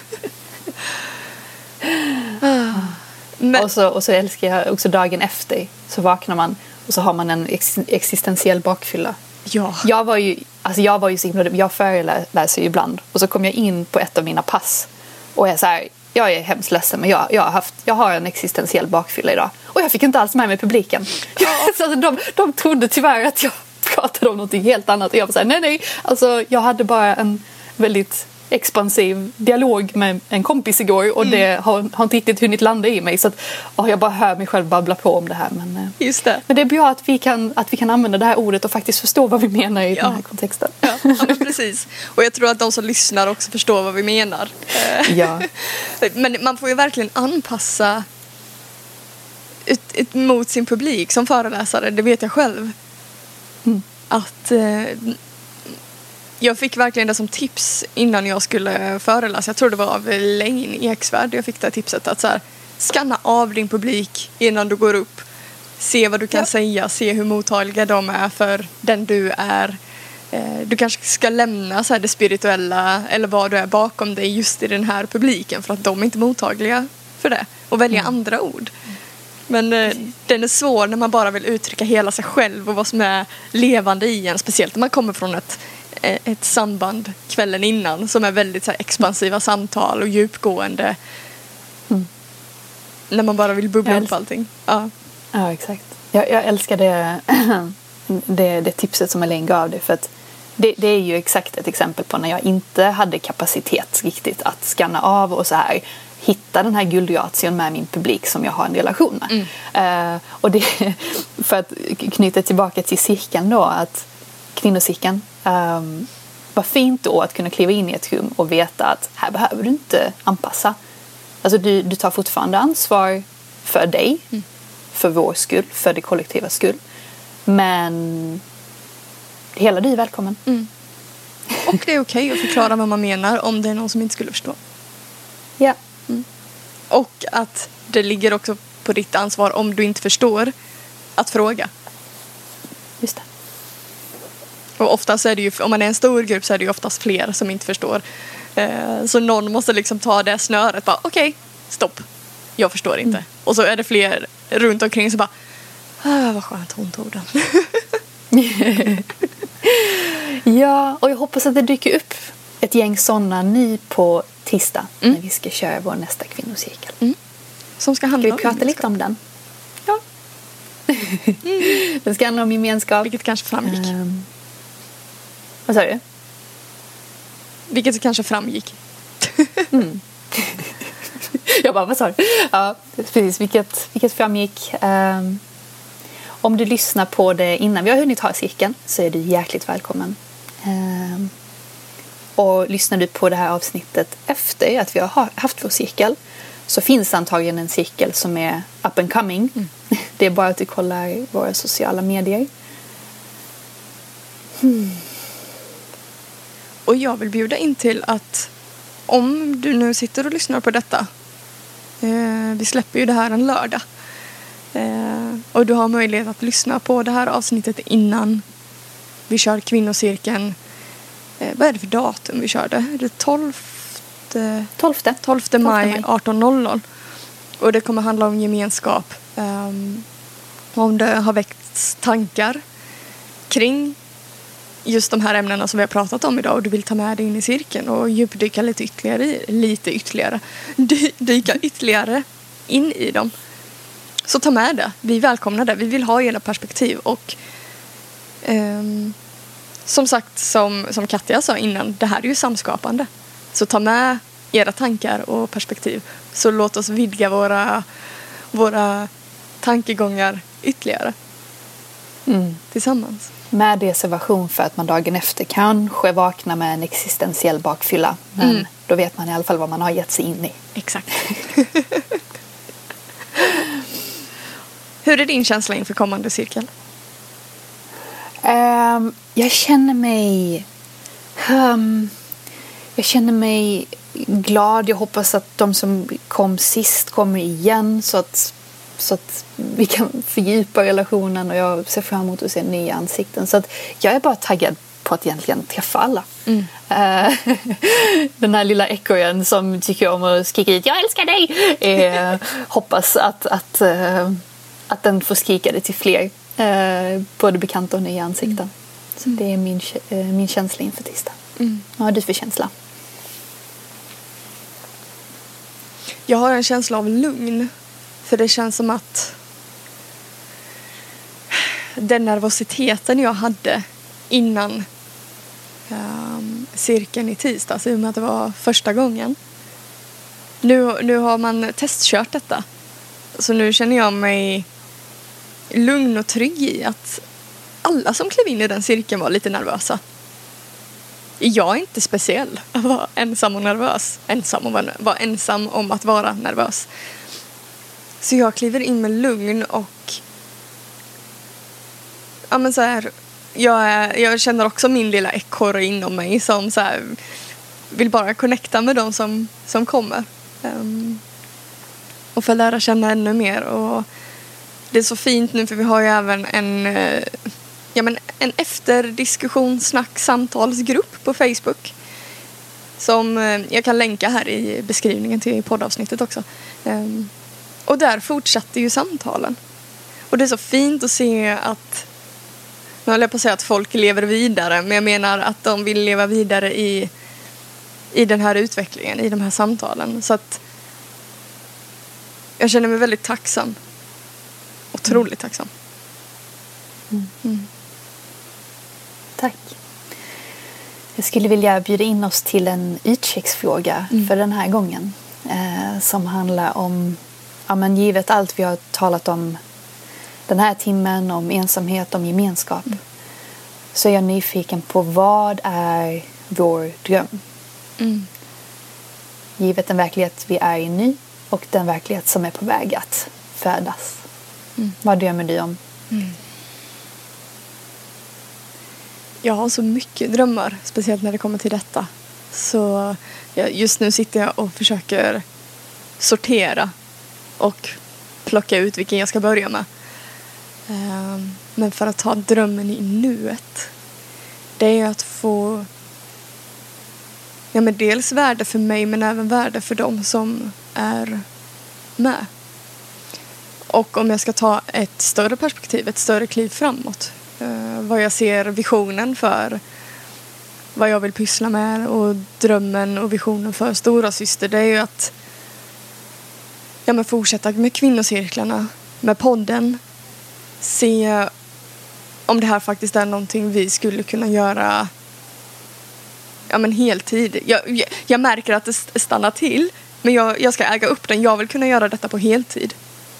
ah. men, och, så, och så älskar jag också dagen efter så vaknar man och så har man en ex- existentiell bakfylla. Ja. Jag var ju, alltså jag var ju så himla, jag föreläser ju ibland och så kom jag in på ett av mina pass och jag så här, jag är hemskt ledsen men jag, jag, har haft, jag har en existentiell bakfylla idag och jag fick inte alls med mig publiken. Ja. alltså, de, de trodde tyvärr att jag pratade om något helt annat och jag var så här, nej nej, alltså jag hade bara en väldigt expansiv dialog med en kompis igår och mm. det har, har inte riktigt hunnit landa i mig så att åh, jag bara hör mig själv babbla på om det här men, Just det. men det är bra att vi, kan, att vi kan använda det här ordet och faktiskt förstå vad vi menar i ja. den här kontexten. Ja, ja men precis. Och jag tror att de som lyssnar också förstår vad vi menar. Ja. Men man får ju verkligen anpassa ut, ut, mot sin publik som föreläsare, det vet jag själv. Mm. Att eh, jag fick verkligen det som tips innan jag skulle föreläsa. Jag tror det var av Lane Eksvärd jag fick det tipset att så här, skanna av din publik innan du går upp. Se vad du kan ja. säga, se hur mottagliga de är för den du är. Du kanske ska lämna så här det spirituella eller vad du är bakom dig just i den här publiken för att de är inte mottagliga för det. Och välja mm. andra ord. Men eh, den är svår när man bara vill uttrycka hela sig själv och vad som är levande i en. Speciellt när man kommer från ett, ett samband kvällen innan som är väldigt så här, expansiva samtal och djupgående. Mm. När man bara vill bubbla upp allting. Ja. Ja, exakt. Jag, jag älskar det, det, det tipset som Elaine gav dig, för att det, det är ju exakt ett exempel på när jag inte hade kapacitet riktigt att scanna av och så här hitta den här guldratien med min publik som jag har en relation med. Mm. Uh, och det, för att knyta tillbaka till cirkeln då, att kvinnocirkeln, um, var fint då att kunna kliva in i ett rum och veta att här behöver du inte anpassa. Alltså du, du tar fortfarande ansvar för dig, mm. för vår skull, för det kollektiva skull. Men hela du är välkommen. Mm. Och det är okej att förklara vad man menar om det är någon som inte skulle förstå. Ja. Mm. Och att det ligger också på ditt ansvar, om du inte förstår, att fråga. Just det. Och oftast är det ju, om man är en stor grupp så är det ju oftast fler som inte förstår. Eh, så någon måste liksom ta det snöret. Bara, okej, okay, stopp. Jag förstår inte. Mm. Och så är det fler runt omkring så bara, ah, vad skönt hon tog den. Ja, och jag hoppas att det dyker upp ett gäng sådana ny på tisdag. Mm. När vi ska köra vår nästa kvinnocirkel. Mm. Som ska handla ska vi prata om lite om den? Ja. Mm. Den ska handla om gemenskap. Vilket kanske framgick. Um, vad sa du? Vilket kanske framgick. mm. Jag bara, vad sa du? Ja, precis. Vilket, vilket framgick. Um, om du lyssnar på det innan vi har hunnit ha cirkeln så är du hjärtligt välkommen. Um, och lyssnar du på det här avsnittet efter att vi har haft vår cirkel så finns antagligen en cirkel som är up and coming. Mm. Det är bara att du kollar våra sociala medier. Hmm. Och jag vill bjuda in till att om du nu sitter och lyssnar på detta, eh, vi släpper ju det här en lördag, eh, och du har möjlighet att lyssna på det här avsnittet innan vi kör kvinnocirkeln. Eh, vad är det för datum vi körde? Är det tolfte tolfte maj arton noll noll. Och det kommer handla om gemenskap. Um, om det har väckts tankar kring just de här ämnena som vi har pratat om idag och du vill ta med dig in i cirkeln och djupdyka lite ytterligare, lite ytterligare, dy, dyka ytterligare in i dem. Så ta med det. Vi välkomnar det. Vi vill ha hela perspektiv och um, som sagt, som, som Katja sa innan, det här är ju samskapande. Så ta med era tankar och perspektiv. Så låt oss vidga våra, våra tankegångar ytterligare. Mm. Tillsammans. Med reservation för att man dagen efter kanske vaknar med en existentiell bakfylla. Men mm. då vet man i alla fall vad man har gett sig in i. Exakt. Hur är din känsla inför kommande cirkel? Um, jag känner mig um, jag känner mig glad. Jag hoppas att de som kom sist kommer igen så att, så att vi kan fördjupa relationen och jag ser fram emot att se nya ansikten. Så att jag är bara taggad på att egentligen träffa alla. Mm. Uh, den här lilla ekorren som tycker om att skrika ut jag älskar dig! Uh, hoppas att, att, uh, att den får skrika det till fler. Uh, både bekanta och nya ansikten. Mm. Så det är min, uh, min känsla inför tisdag. Mm. Vad har du för känsla? Jag har en känsla av lugn. För det känns som att den nervositeten jag hade innan um, cirkeln i tisdags, i och med att det var första gången. Nu, nu har man testkört detta. Så nu känner jag mig lugn och trygg i att alla som klev in i den cirkeln var lite nervösa. Jag är inte speciell att vara ensam och nervös. Ensam och vara, vara ensam om att vara nervös. Så jag kliver in med lugn och ja men så här, jag, är, jag känner också min lilla ekorre inom mig som så här, vill bara connecta med dem som, som kommer. Um, och få lära känna ännu mer. Och det är så fint nu för vi har ju även en, ja men en efterdiskussion, snack, samtalsgrupp på Facebook. Som jag kan länka här i beskrivningen till poddavsnittet också. Um, och där fortsatte ju samtalen. Och det är så fint att se att, nu håller jag på att säga att folk lever vidare, men jag menar att de vill leva vidare i, i den här utvecklingen, i de här samtalen. Så att jag känner mig väldigt tacksam. Otroligt tacksam. Mm. Mm. Tack. Jag skulle vilja bjuda in oss till en utchecksfråga mm. för den här gången. Eh, som handlar om, ja, men givet allt vi har talat om den här timmen, om ensamhet, om gemenskap. Mm. Så är jag nyfiken på vad är vår dröm? Mm. Givet den verklighet vi är i nu och den verklighet som är på väg att födas. Mm. Vad drömmer du om? Mm. Jag har så mycket drömmar, speciellt när det kommer till detta. Så just nu sitter jag och försöker sortera och plocka ut vilken jag ska börja med. Men för att ta drömmen i nuet, det är att få, ja, men dels värde för mig men även värde för dem som är med. Och om jag ska ta ett större perspektiv, ett större kliv framåt, eh, vad jag ser visionen för vad jag vill pyssla med och drömmen och visionen för Stora Syster, det är ju att, ja, men fortsätta med kvinnocirklarna, med podden, se om det här faktiskt är någonting vi skulle kunna göra, ja, men heltid. Jag, jag, jag märker att det stannar till, men jag, jag ska äga upp den. Jag vill kunna göra detta på heltid.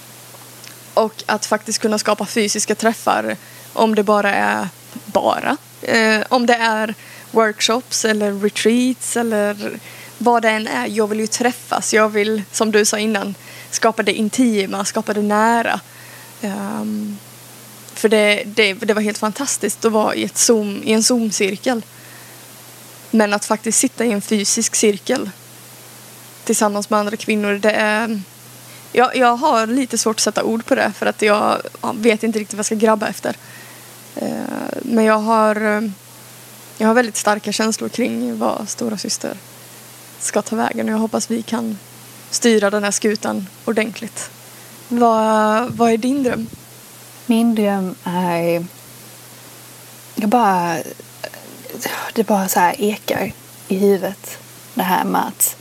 Och att faktiskt kunna skapa fysiska träffar, om det bara är bara. Eh, om det är workshops eller retreats eller vad det än är. Jag vill ju träffas. Jag vill, som du sa innan, skapa det intima, skapa det nära. Um, för det, det, det var helt fantastiskt att vara i, ett zoom, i en Zoom-cirkel. Men att faktiskt sitta i en fysisk cirkel tillsammans med andra kvinnor, det är... Jag, jag har lite svårt att sätta ord på det, för att jag vet inte riktigt vad jag ska grabba efter. Uh, men jag har, jag har väldigt starka känslor kring vad Stora Syster ska ta vägen. Och jag hoppas vi kan styra den här skutan ordentligt. Vad, vad är din dröm? Min dröm är... Jag bara... Det bara så här ekar i huvudet. Det här med att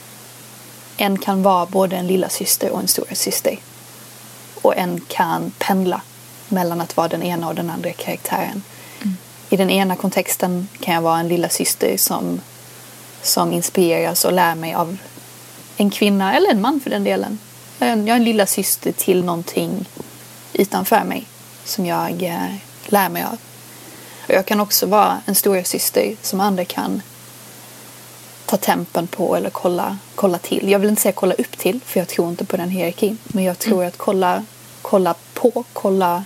en kan vara både en lilla syster och en stora syster. Och en kan pendla mellan att vara den ena och den andra karaktären. Mm. I den ena kontexten kan jag vara en lilla syster som, som inspireras och lär mig av en kvinna eller en man för den delen. Jag är en lilla syster till någonting utanför mig som jag eh, lär mig av. Och jag kan också vara en stora syster som andra kan ta tempen på eller kolla, kolla till. Jag vill inte säga kolla upp till, för jag tror inte på den hierarkin. Men jag tror mm. att kolla, kolla på, kolla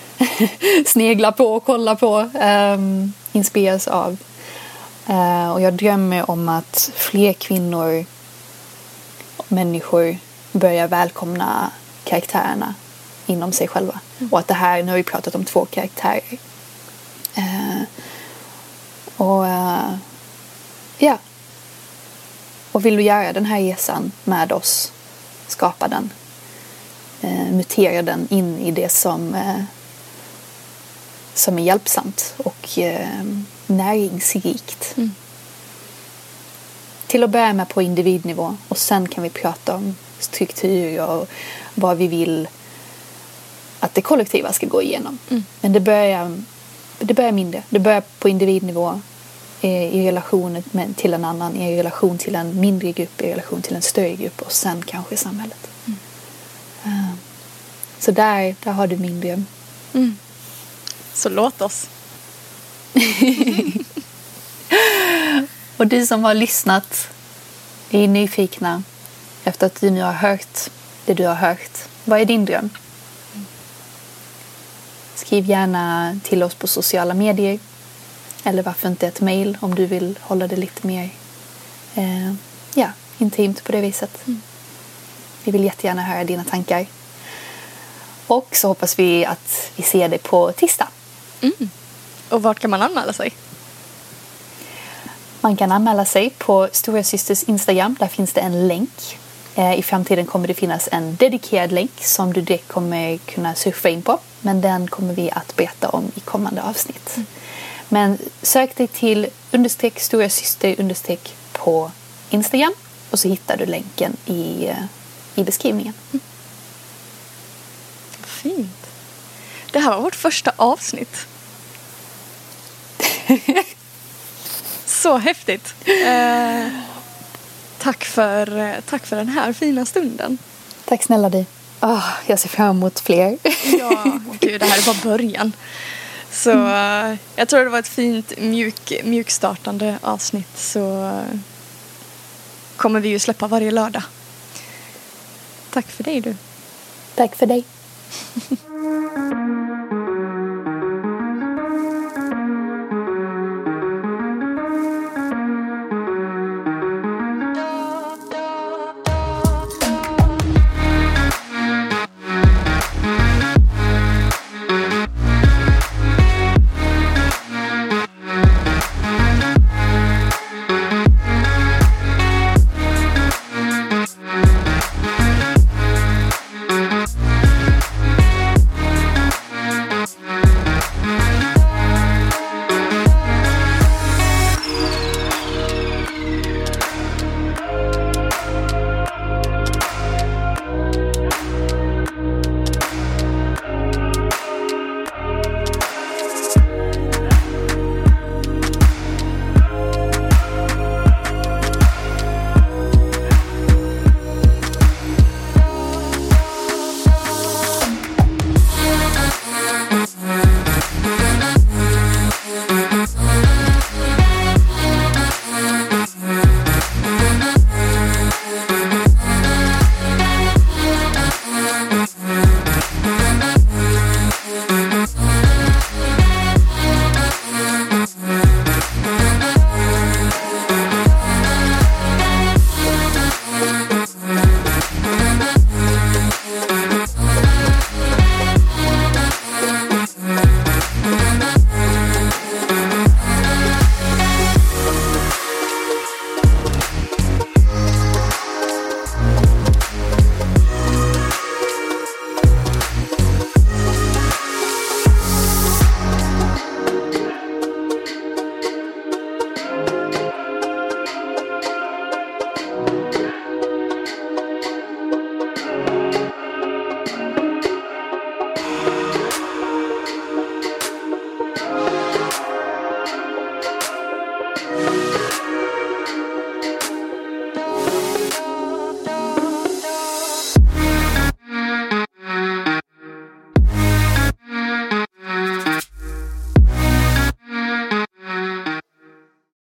snegla på, kolla på, um, inspireras av. Uh, och jag drömmer om att fler kvinnor och människor börjar välkomna karaktärerna inom sig själva. Mm. Och att det här, nu har vi pratat om två karaktärer. Uh, och uh, ja. Och vill du göra den här resan med oss, skapa den. Uh, mutera den in i det som, uh, som är hjälpsamt och uh, näringsrikt. Mm. Till att börja med på individnivå. Och sen kan vi prata om struktur och vad vi vill att det kollektiva ska gå igenom. Mm. Men det börjar, det börjar mindre. Det börjar på individnivå i relation med, till en annan, i relation till en mindre grupp, i relation till en större grupp och sen kanske samhället. Mm. Uh, så där, där har du min dröm. Mm. Så låt oss. Och du som har lyssnat är nyfikna efter att du nu har hört det du har hört. Vad är din dröm? Skriv gärna till oss på sociala medier. Eller varför inte ett mejl om du vill hålla det lite mer eh, ja, intimt på det viset. Mm. Vi vill jättegärna höra dina tankar. Och så hoppas vi att vi ser dig på tisdag. Mm. Och vart kan man anmäla sig? Man kan anmäla sig på Stora Systers Instagram. Där finns det en länk. Eh, I framtiden kommer det finnas en dedikerad länk som du direkt kommer kunna surfa in på. Men den kommer vi att berätta om i kommande avsnitt. Mm. Men sök dig till understreck Stora Syster understreck på Instagram. Och så hittar du länken i, i beskrivningen. Mm. Fint. Det här var vårt första avsnitt. Så häftigt. Eh, tack, för, tack för den här fina stunden. Tack snälla dig. Oh, jag ser fram emot fler. Ja, gud, det här är bara början. Så mm. jag tror det var ett fint mjuk, mjukstartande avsnitt. Så kommer vi ju släppa varje lördag. Tack för dig du. Tack för dig.